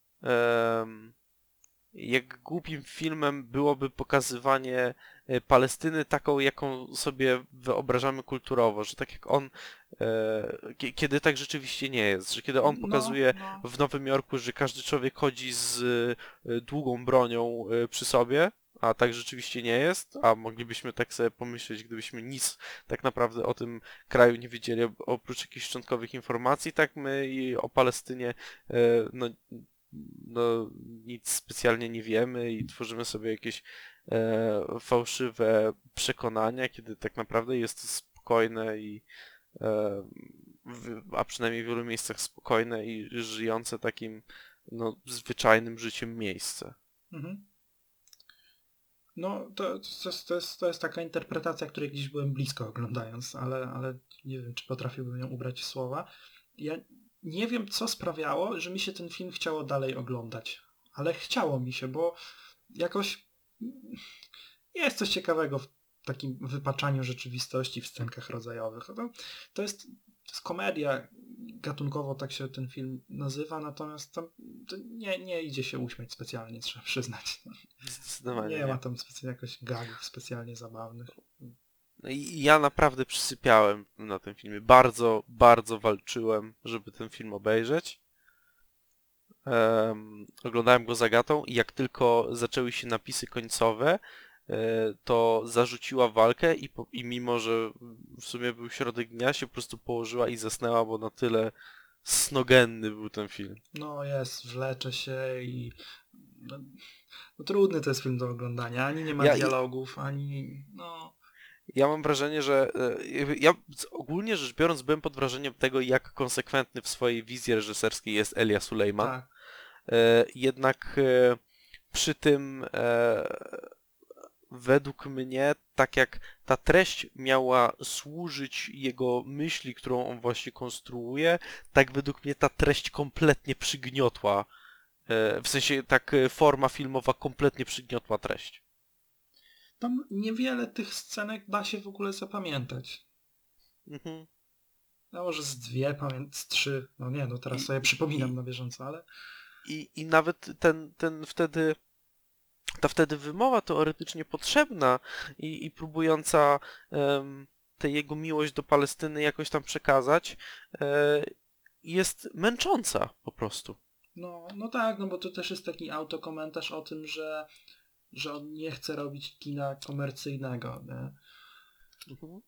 pokazywanie Palestyny taką, jaką sobie wyobrażamy kulturowo, że tak jak on, kiedy tak rzeczywiście nie jest, że kiedy on pokazuje w Nowym Jorku, że każdy człowiek chodzi z długą bronią przy sobie, a tak rzeczywiście nie jest, a moglibyśmy tak sobie pomyśleć, gdybyśmy nic tak naprawdę o tym kraju nie wiedzieli, oprócz jakichś szczątkowych informacji, tak my i o Palestynie nic specjalnie nie wiemy i tworzymy sobie jakieś fałszywe przekonania, kiedy tak naprawdę jest to spokojne a przynajmniej w wielu miejscach spokojne i żyjące takim zwyczajnym życiem miejsce. Mhm. No, to jest taka interpretacja, której gdzieś byłem blisko oglądając, ale nie wiem, czy potrafiłbym ją ubrać w słowa. Ja nie wiem, co sprawiało, że mi się ten film chciało dalej oglądać, ale chciało mi się, bo jakoś jest coś ciekawego w takim wypaczaniu rzeczywistości w scenkach rodzajowych. To jest komedia, gatunkowo tak się ten film nazywa, natomiast tam nie idzie się uśmiać specjalnie, trzeba przyznać. Zdecydowanie Nie ma tam specjalnie jakoś gagów specjalnie zabawnych. No i ja naprawdę przysypiałem na tym filmie. Bardzo, bardzo walczyłem, żeby ten film obejrzeć. Oglądałem go z Agatą i jak tylko zaczęły się napisy końcowe, to zarzuciła walkę i mimo, że w sumie był środek dnia, się po prostu położyła i zasnęła, bo na tyle snogenny był ten film. No wlecze się i trudny to jest film do oglądania. Ani nie ma dialogów, ani Ja mam wrażenie, że ja ogólnie rzecz biorąc byłem pod wrażeniem tego, jak konsekwentny w swojej wizji reżyserskiej jest Elia Sulejman. tak. Jednak przy tym według mnie, tak jak ta treść miała służyć jego myśli, którą on właśnie konstruuje, tak według mnie ta treść kompletnie przygniotła. W sensie tak forma filmowa kompletnie przygniotła treść. Tam niewiele tych scenek da się w ogóle zapamiętać. Mhm. No może z 2, z 3. No nie, no teraz sobie przypominam na bieżąco, ale... I nawet ta wtedy wymowa teoretycznie potrzebna i próbująca tę jego miłość do Palestyny jakoś tam przekazać, jest męcząca po prostu. No tak, no bo to też jest taki autokomentarz o tym, że on nie chce robić kina komercyjnego, nie? Mhm.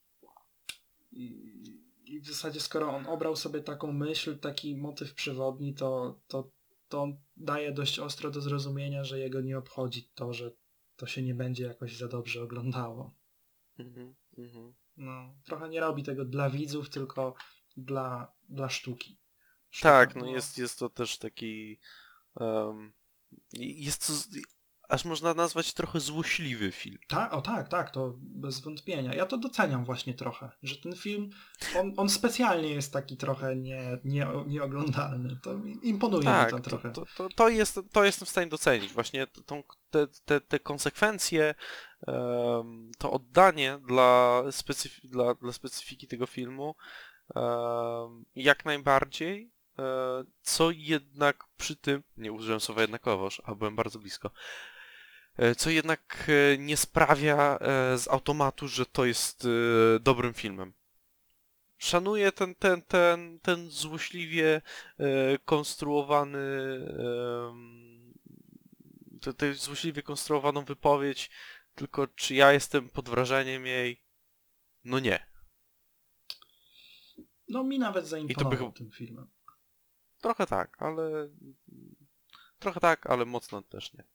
I w zasadzie skoro on obrał sobie taką myśl, taki motyw przewodni, to on daje dość ostro do zrozumienia, że jego nie obchodzi to, że to się nie będzie jakoś za dobrze oglądało. Mhm. Mhm. No, trochę nie robi tego dla widzów, tylko dla sztuki. Tak, no jest to też taki... jest to aż można nazwać trochę złośliwy film. Tak, to bez wątpienia. Ja to doceniam właśnie trochę, że ten film, on specjalnie jest taki trochę nieoglądalny. To imponuje mi Tak, to trochę. to jestem w stanie docenić. Właśnie te konsekwencje, to oddanie dla specyfiki tego filmu, jak najbardziej, co jednak przy tym, nie użyłem słowa jednakowoż, a byłem bardzo blisko, co jednak nie sprawia z automatu, że to jest dobrym filmem. Szanuję ten złośliwie konstruowany, tę złośliwie konstruowaną wypowiedź, tylko czy ja jestem pod wrażeniem jej? No nie. No mi nawet zaimponował by- tym filmem. Trochę tak, ale mocno też nie.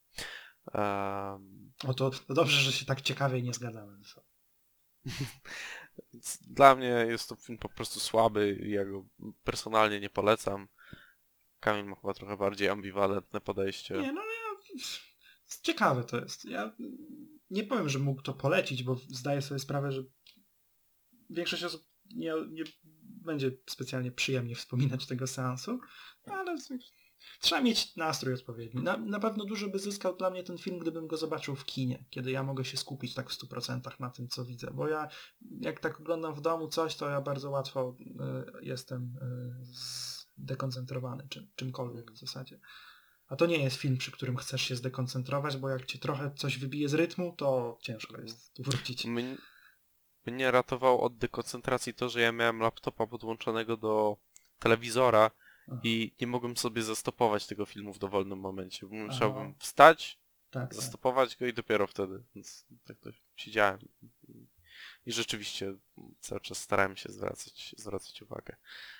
To dobrze, że się tak ciekawie nie zgadzamy ze sobą. Więc dla mnie jest to film po prostu słaby i ja go personalnie nie polecam. Kamil ma chyba trochę bardziej ambiwalentne podejście. Nie, no ciekawe to jest. Ja nie powiem, że mógł to polecić, bo zdaję sobie sprawę, że większość osób nie będzie specjalnie przyjemnie wspominać tego seansu, ale trzeba mieć nastrój odpowiedni. Na pewno dużo by zyskał dla mnie ten film, gdybym go zobaczył w kinie, kiedy ja mogę się skupić tak w 100% na tym, co widzę, bo ja jak tak oglądam w domu coś, to ja bardzo łatwo jestem zdekoncentrowany czymkolwiek w zasadzie. A to nie jest film, przy którym chcesz się zdekoncentrować, bo jak cię trochę coś wybije z rytmu, to ciężko jest tu wrócić. Mnie ratował od dekoncentracji to, że ja miałem laptopa podłączonego do telewizora i nie mogłem sobie zastopować tego filmu w dowolnym momencie. Musiałbym wstać, Tak. zastopować go i dopiero wtedy. Więc tak to siedziałem. I rzeczywiście cały czas starałem się zwracać uwagę.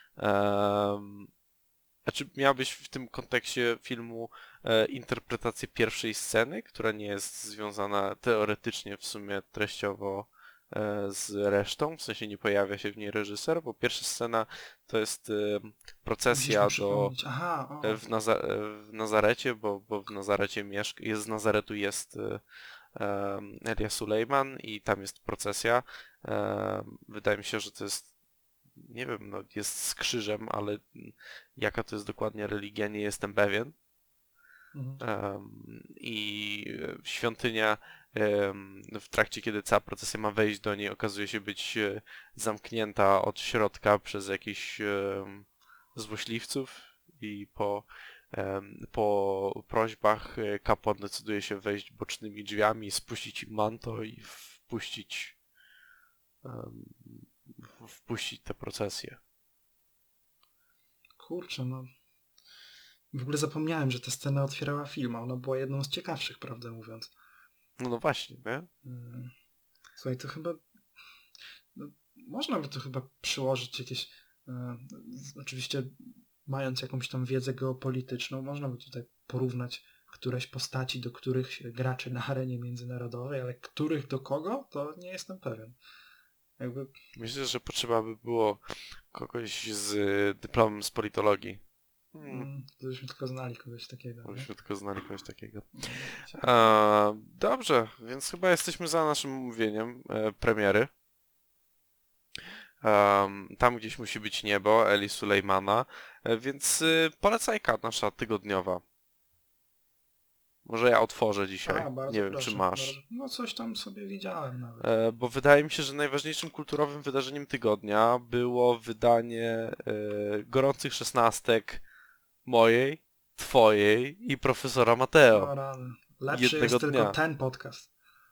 A czy miałbyś w tym kontekście filmu interpretację pierwszej sceny, która nie jest związana teoretycznie w sumie treściowo z resztą, w sensie nie pojawia się w niej reżyser, bo pierwsza scena to jest procesja w Nazarecie, bo w Nazarecie z Nazaretu jest Elia Sulejman i tam jest procesja. Wydaje mi się, że to jest, nie wiem, no jest z krzyżem, ale jaka to jest dokładnie religia, nie jestem pewien. I świątynia w trakcie, kiedy cała procesja ma wejść do niej, okazuje się być zamknięta od środka przez jakichś złośliwców i po prośbach kapłan decyduje się wejść bocznymi drzwiami, spuścić im manto i wpuścić tę procesję. Kurczę, no. W ogóle zapomniałem, że ta scena otwierała film, a ona była jedną z ciekawszych, prawdę mówiąc. No właśnie, nie? Słuchaj, to chyba... No, można by to chyba przyłożyć jakieś... oczywiście mając jakąś tam wiedzę geopolityczną, można by tutaj porównać któreś postaci do których graczy na arenie międzynarodowej, ale których do kogo, to nie jestem pewien. Myślę, że potrzeba by było kogoś z dyplomem z politologii. Gdybyśmy tylko znali kogoś takiego. Dobrze, więc chyba jesteśmy za naszym omówieniem premiery. Tam gdzieś musi być niebo, Eli Sulejmana, więc polecajka nasza tygodniowa. Może ja otworzę dzisiaj, nie wiem czy masz. No coś tam sobie widziałem nawet. Bo wydaje mi się, że najważniejszym kulturowym wydarzeniem tygodnia było wydanie gorących szesnastek mojej, twojej i profesora Mateo. Lepszy jest tylko ten podcast.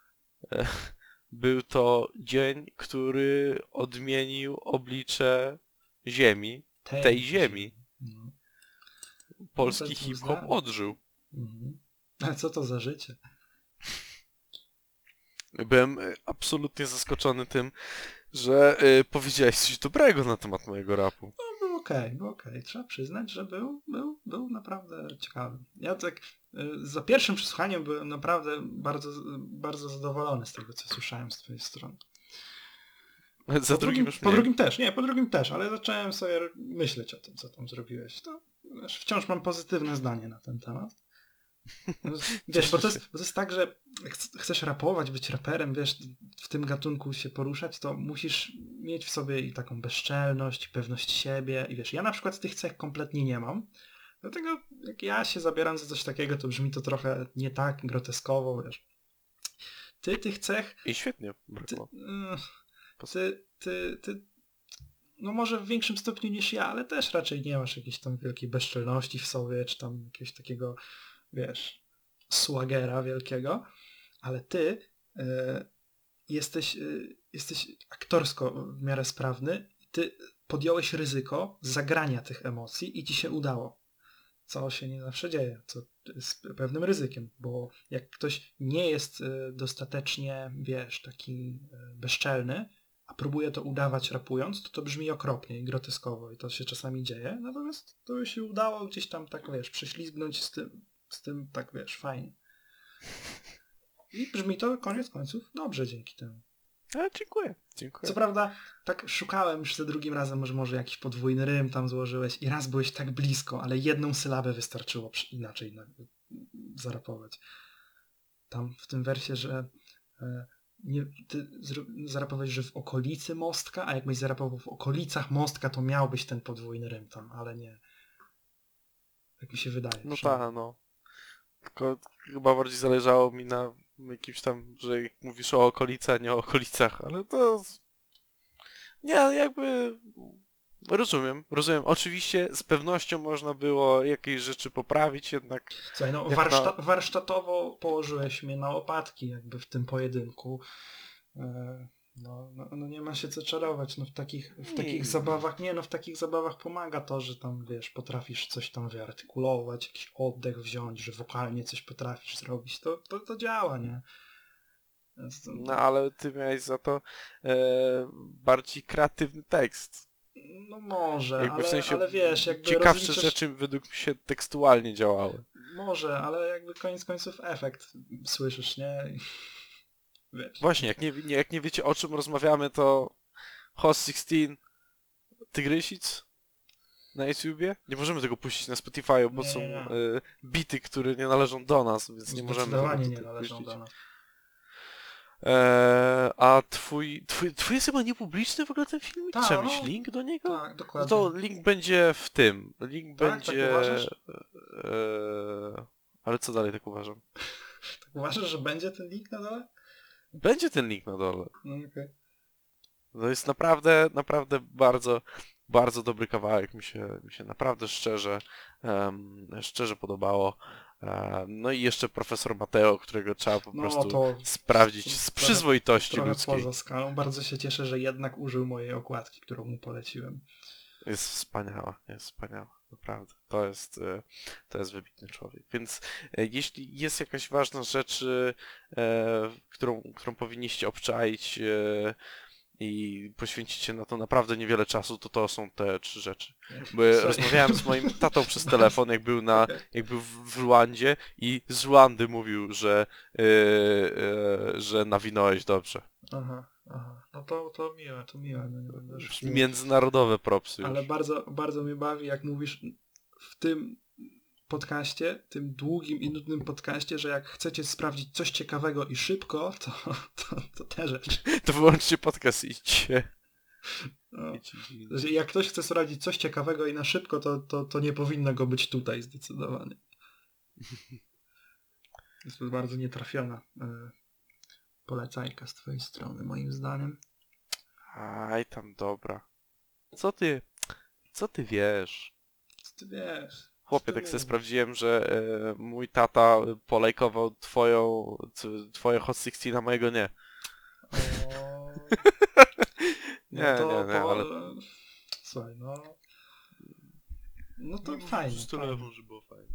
Był to dzień, który odmienił oblicze ziemi, tej ziemi. Polski hip-hop odżył. A co to za życie? Byłem absolutnie zaskoczony tym, że powiedziałeś coś dobrego na temat mojego rapu. No był okej. Trzeba przyznać, że był naprawdę ciekawy. Ja tak za pierwszym przesłuchaniem byłem naprawdę bardzo, bardzo zadowolony z tego, co słyszałem z twojej strony. Za drugim już po drugim też, ale zacząłem sobie myśleć o tym, co tam zrobiłeś. To wciąż mam pozytywne zdanie na ten temat. No, wiesz, bo to jest tak, że jak chcesz rapować, być raperem, wiesz, w tym gatunku się poruszać, to musisz mieć w sobie i taką bezczelność, pewność siebie i wiesz, ja na przykład tych cech kompletnie nie mam, dlatego jak ja się zabieram za coś takiego, to brzmi to trochę nie tak groteskowo, wiesz. Ty tych cech, I świetnie ty, brakło. ty, no może w większym stopniu niż ja, ale też raczej nie masz jakiejś tam wielkiej bezczelności w sobie, czy tam jakiegoś takiego, wiesz, swagera wielkiego, ale ty jesteś aktorsko w miarę sprawny i ty podjąłeś ryzyko zagrania tych emocji i ci się udało. Co się nie zawsze dzieje, co jest pewnym ryzykiem, bo jak ktoś nie jest dostatecznie, wiesz, taki bezczelny, a próbuje to udawać rapując, to brzmi okropnie i groteskowo i to się czasami dzieje, natomiast to się udało gdzieś tam tak, wiesz, prześlizgnąć z tym tak, wiesz, fajnie. I brzmi to koniec końców dobrze dzięki temu. Ale dziękuję. Co prawda, tak szukałem już za drugim razem, może jakiś podwójny rym tam złożyłeś i raz byłeś tak blisko, ale jedną sylabę wystarczyło inaczej zarapować. Tam w tym wersie, że ty zarapowałeś, że w okolicy mostka, a jakbyś zarapował w okolicach mostka, to miałbyś ten podwójny rym tam, ale nie. Tak mi się wydaje. No tak, no. Tylko chyba bardziej zależało mi na jakimś tam, że mówisz o okolicy, a nie o okolicach, ale to... Nie, jakby... Rozumiem. Oczywiście z pewnością można było jakieś rzeczy poprawić, jednak... Słuchaj, no warsztatowo położyłeś mnie na łopatki jakby w tym pojedynku. No nie ma się co czarować, no w takich zabawach, w takich zabawach pomaga to, że tam, wiesz, potrafisz coś tam wyartykulować, jakiś oddech wziąć, że wokalnie coś potrafisz zrobić, to działa, nie? No ale ty miałeś za to bardziej kreatywny tekst. No może, Jakby w sensie ale wiesz, jakby ciekawsze rzeczy według mnie się tekstualnie działały. Może, ale jakby koniec końców efekt słyszysz, nie? Wiesz. Właśnie, jak nie wiecie o czym rozmawiamy, to Host 16 Tygrysic na YouTubie. Nie możemy tego puścić na Spotify, bo są bity, które nie należą do nas, więc nie możemy tego nie należą puścić. do nas. A twój jest chyba niepubliczny w ogóle ten filmik? Ta, Trzeba no, mieć link do niego? Tak, No dokładnie. to link będzie w tym. Link Tak? będzie... Tak uważasz? Ale co dalej tak uważam? Tak uważasz, że będzie ten link na dole? Będzie ten link na dole. No okej. To jest naprawdę bardzo, bardzo dobry kawałek. Mi się naprawdę szczerze podobało. No i jeszcze profesor Mateo, którego trzeba po prostu to sprawdzić z przyzwoitości trochę ludzkiej. poza skalą. Bardzo się cieszę, że jednak użył mojej okładki, którą mu poleciłem. Jest wspaniała, naprawdę. To jest wybitny człowiek. Więc jeśli jest jakaś ważna rzecz, którą powinniście obczaić i poświęcić się na to naprawdę niewiele czasu, to są te 3 rzeczy. Bo rozmawiałem z moim tatą przez telefon, jak był w Ruandzie i z Ruandy mówił, że nawinąłeś dobrze. Aha. No to miłe. No nie będę oszukiwał. Międzynarodowe propsy już. Ale bardzo, bardzo mnie bawi, jak mówisz w tym podcaście, tym długim i nudnym podcaście, że jak chcecie sprawdzić coś ciekawego i szybko, to te rzeczy. To wyłączcie podcast i idźcie. No. Jak ktoś chce sprawdzić coś ciekawego i na szybko, to nie powinno go być tutaj zdecydowanie. Jest to bardzo nietrafiona polecajka z twojej strony, moim zdaniem. Aj tam, dobra. Co ty wiesz? Co ty wiesz? Chłopie, tak sobie sprawdziłem, że mój tata polajkował twoje Hot 16, a mojego nie. O... Nie, ale... Słuchaj, no to fajnie. Z telefon, że było fajnie.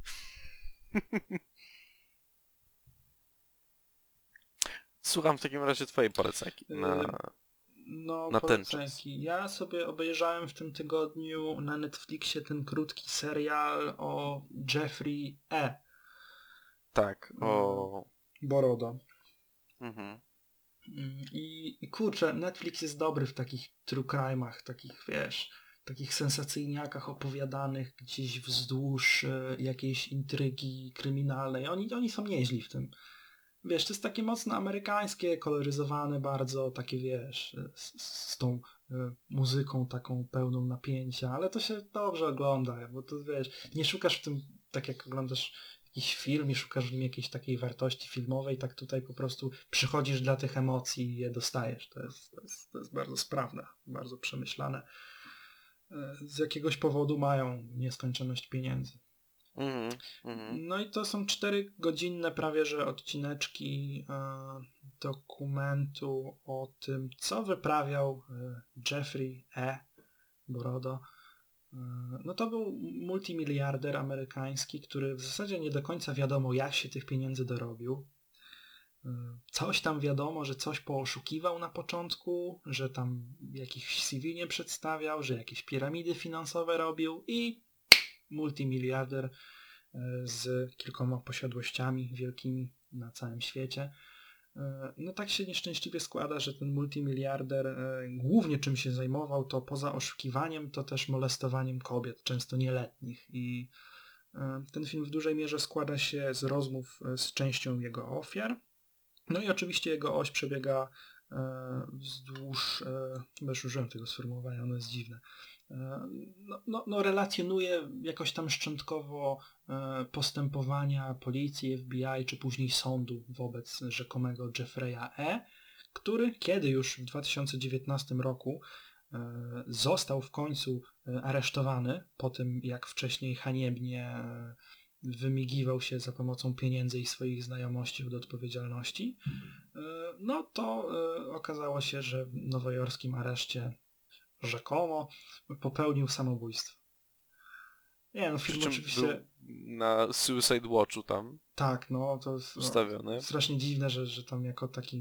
Słucham w takim razie twojej polecajki na ten czas. Ja sobie obejrzałem w tym tygodniu na Netflixie ten krótki serial o Jeffrey E. Tak, Borodo. Mhm. I kurczę, Netflix jest dobry w takich true crime'ach, takich, wiesz, takich sensacyjniakach opowiadanych gdzieś wzdłuż jakiejś intrygi kryminalnej. Oni są nieźli w tym. Wiesz, to jest takie mocno amerykańskie, koloryzowane bardzo, takie wiesz, z tą muzyką taką pełną napięcia, ale to się dobrze ogląda, bo to wiesz, nie szukasz w tym, tak jak oglądasz jakiś film i szukasz w nim jakiejś takiej wartości filmowej, tak tutaj po prostu przychodzisz dla tych emocji i je dostajesz. To jest bardzo sprawne, bardzo przemyślane. Z jakiegoś powodu mają nieskończoność pieniędzy. No i to są 4-godzinne prawie że odcineczki dokumentu o tym, co wyprawiał Jeffrey Borodo. No to był multimiliarder amerykański, który w zasadzie nie do końca wiadomo, jak się tych pieniędzy dorobił. Coś tam wiadomo, że coś pooszukiwał na początku, że tam jakichś CV nie przedstawiał, że jakieś piramidy finansowe robił i multimiliarder z kilkoma posiadłościami wielkimi na całym świecie. No tak się nieszczęśliwie składa, że ten multimiliarder głównie czym się zajmował, to poza oszukiwaniem, to też molestowaniem kobiet, często nieletnich. I ten film w dużej mierze składa się z rozmów z częścią jego ofiar. No i oczywiście jego oś przebiega wzdłuż, chyba już użyłem tego sformułowania, ono jest dziwne, relacjonuje jakoś tam szczątkowo postępowania policji, FBI czy później sądu wobec rzekomego Jeffrey'a który kiedy już w 2019 roku został w końcu aresztowany po tym, jak wcześniej haniebnie wymigiwał się za pomocą pieniędzy i swoich znajomości od odpowiedzialności, no to okazało się, że w nowojorskim areszcie rzekomo popełnił samobójstwo. Nie no, film oczywiście... Był na Suicide Watchu tam tak, no to jest ustawiony. strasznie dziwne, że tam jako taki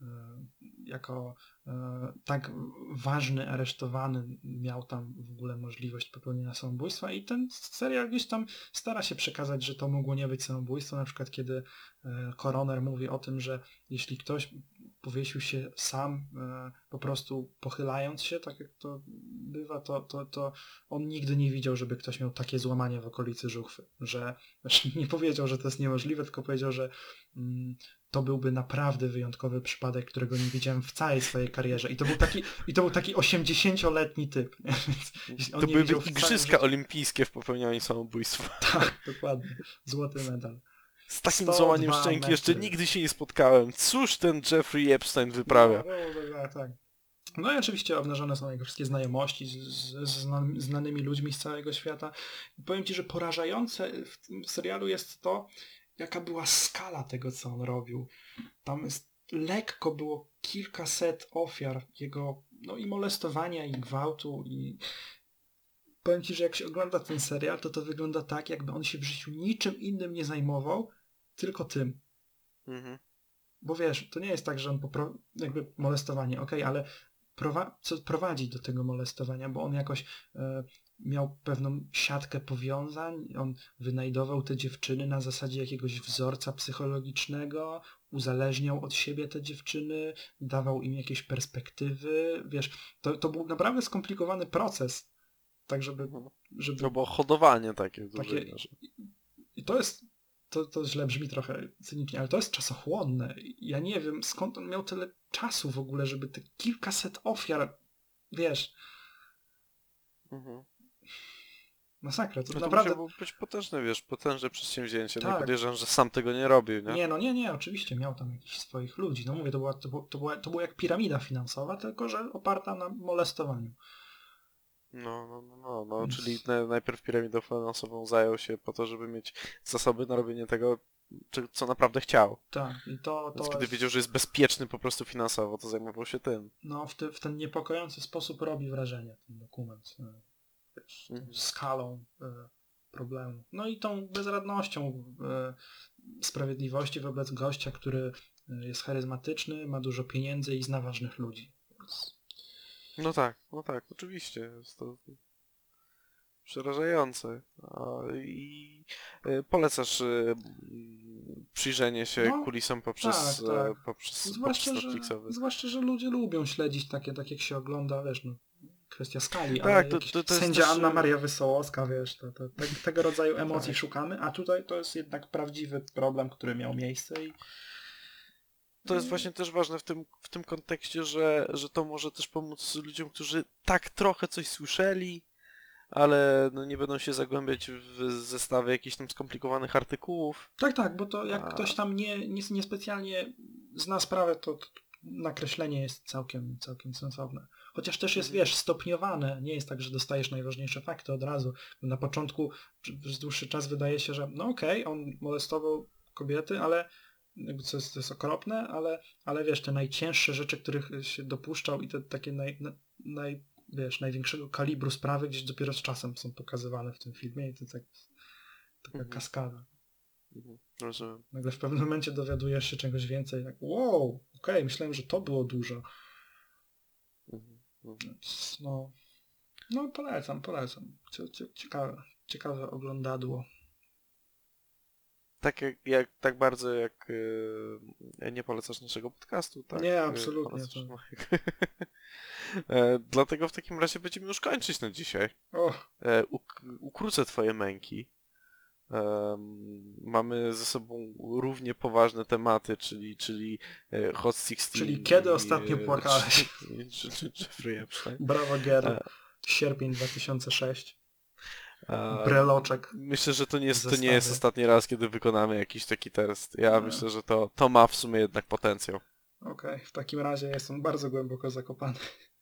tak ważny aresztowany miał tam w ogóle możliwość popełnienia samobójstwa i ten serial gdzieś tam stara się przekazać, że to mogło nie być samobójstwo, na przykład kiedy koroner mówi o tym, że jeśli ktoś powiesił się sam, po prostu pochylając się, tak jak to bywa, to on nigdy nie widział, żeby ktoś miał takie złamanie w okolicy żuchwy, że znaczy nie powiedział, że to jest niemożliwe, tylko powiedział, że to byłby naprawdę wyjątkowy przypadek, którego nie widziałem w całej swojej karierze. I to był taki 80-letni typ. Nie? Więc on To nie były widział w igrzyska całym olimpijskie w popełnianiu samobójstwa. życiu. Tak, dokładnie. Złoty medal. Z takim 102 złamaniem szczęki jeszcze metry. nigdy się nie spotkałem. Cóż ten Jeffrey Epstein wyprawia? Tak. No i oczywiście obnażone są jego wszystkie znajomości ze znanymi ludźmi z całego świata. I powiem Ci, że porażające w tym serialu jest to, jaka była skala tego, co on robił. Tam lekko było kilkaset ofiar jego, no i molestowania, i gwałtu, i powiem Ci, że jak się ogląda ten serial, to wygląda tak, jakby on się w życiu niczym innym nie zajmował, tylko tym. Bo wiesz, to nie jest tak, że on jakby molestowanie, okej, ale co prowadzi do tego molestowania, bo on jakoś miał pewną siatkę powiązań, on wynajdował te dziewczyny na zasadzie jakiegoś wzorca psychologicznego, uzależniał od siebie te dziewczyny, dawał im jakieś perspektywy, wiesz, to był naprawdę skomplikowany proces, tak żeby To było hodowanie takie. I to jest, to źle brzmi trochę cynicznie, ale to jest czasochłonne. Ja nie wiem, skąd on miał tyle czasu w ogóle, żeby te kilkaset ofiar, wiesz... Masakra, to naprawdę... To musiało być potężne, potężne przedsięwzięcie. Tak. Nie podejrzewam, że sam tego nie robił, nie? Nie, oczywiście miał tam jakichś swoich ludzi. No mówię, to była jak piramida finansowa, tylko że oparta na molestowaniu. No, czyli najpierw piramidą finansową zajął się po to, żeby mieć zasoby na robienie tego, co naprawdę chciał. Tak, i Więc kiedy wiedział, że jest bezpieczny po prostu finansowo, to zajmował się tym. No, w ten niepokojący sposób robi wrażenie ten dokument. Wiesz, tą skalą problemu. No i tą bezradnością sprawiedliwości wobec gościa, który jest charyzmatyczny, ma dużo pieniędzy i zna ważnych ludzi. No tak, oczywiście. Jest to przerażające. I polecasz przyjrzenie się kulisom poprzez Netflixowy. Zwłaszcza, że ludzie lubią śledzić takie, tak jak się ogląda, wiesz, no, kwestia skali, Tak, ale to jakiś jest sędzia też, Anna Maria Wesołowska, wiesz, tego rodzaju emocji Tak. szukamy, a tutaj to jest jednak prawdziwy problem, który miał miejsce i To jest właśnie też ważne w tym kontekście, że to może też pomóc ludziom, którzy tak trochę coś słyszeli, ale no nie będą się zagłębiać w zestawy jakichś tam skomplikowanych artykułów. tak, bo to jak A- ktoś tam niespecjalnie zna sprawę, to nakreślenie jest całkiem sensowne. Chociaż też jest, wiesz, stopniowane. Nie jest tak, że dostajesz najważniejsze fakty od razu. Na początku przez dłuższy czas wydaje się, że no okej, on molestował kobiety, ale jakby to jest okropne, ale wiesz, te najcięższe rzeczy, których się dopuszczał i te takie wiesz, największego kalibru sprawy gdzieś dopiero z czasem są pokazywane w tym filmie i to tak taka kaskada. Rozumiem. Nagle w pewnym momencie dowiadujesz się czegoś więcej, tak wow, okej, myślałem, że to było dużo. Więc, no polecam. Ciekawe oglądadło. Tak tak bardzo jak nie polecasz naszego podcastu, tak? Nie, absolutnie. Polecasz, dlatego w takim razie będziemy już kończyć na dzisiaj. O, Ukrócę twoje męki. Mamy ze sobą równie poważne tematy, czyli Hot 16. czyli kiedy i, ostatnio płakałeś? Czy Jeffrey Epstein. Brawo Girl. Sierpień 2006. A, Breloczek. Myślę, że to nie jest Zestawy. ostatni raz, kiedy wykonamy jakiś taki test. Ja myślę, że to ma w sumie jednak potencjał. Okej, w takim razie jestem bardzo głęboko zakopany.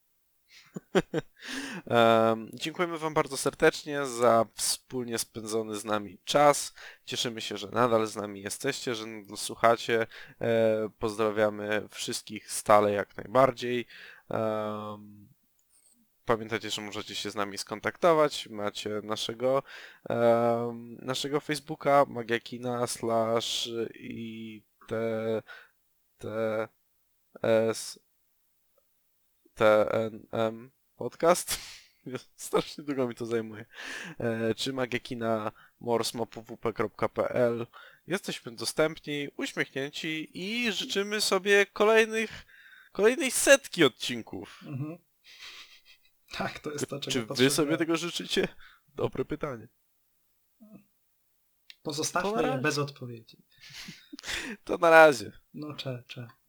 Dziękujemy wam bardzo serdecznie za wspólnie spędzony z nami czas. Cieszymy się, że nadal z nami jesteście, że nadal słuchacie. Pozdrawiamy wszystkich stale jak najbardziej. Pamiętajcie, że możecie się z nami skontaktować. Macie naszego Facebooka magiakina / i TNM podcast. Strasznie długo mi to zajmuje. Czy magiakina morsmopwp.pl. Jesteśmy dostępni, uśmiechnięci i życzymy sobie kolejnej setki odcinków. Mhm. Tak, to jest to, czego Czy wy potrzebuję. sobie tego życzycie? Dobre pytanie. Pozostawmy To na je razie. bez odpowiedzi. To na razie. No, cze.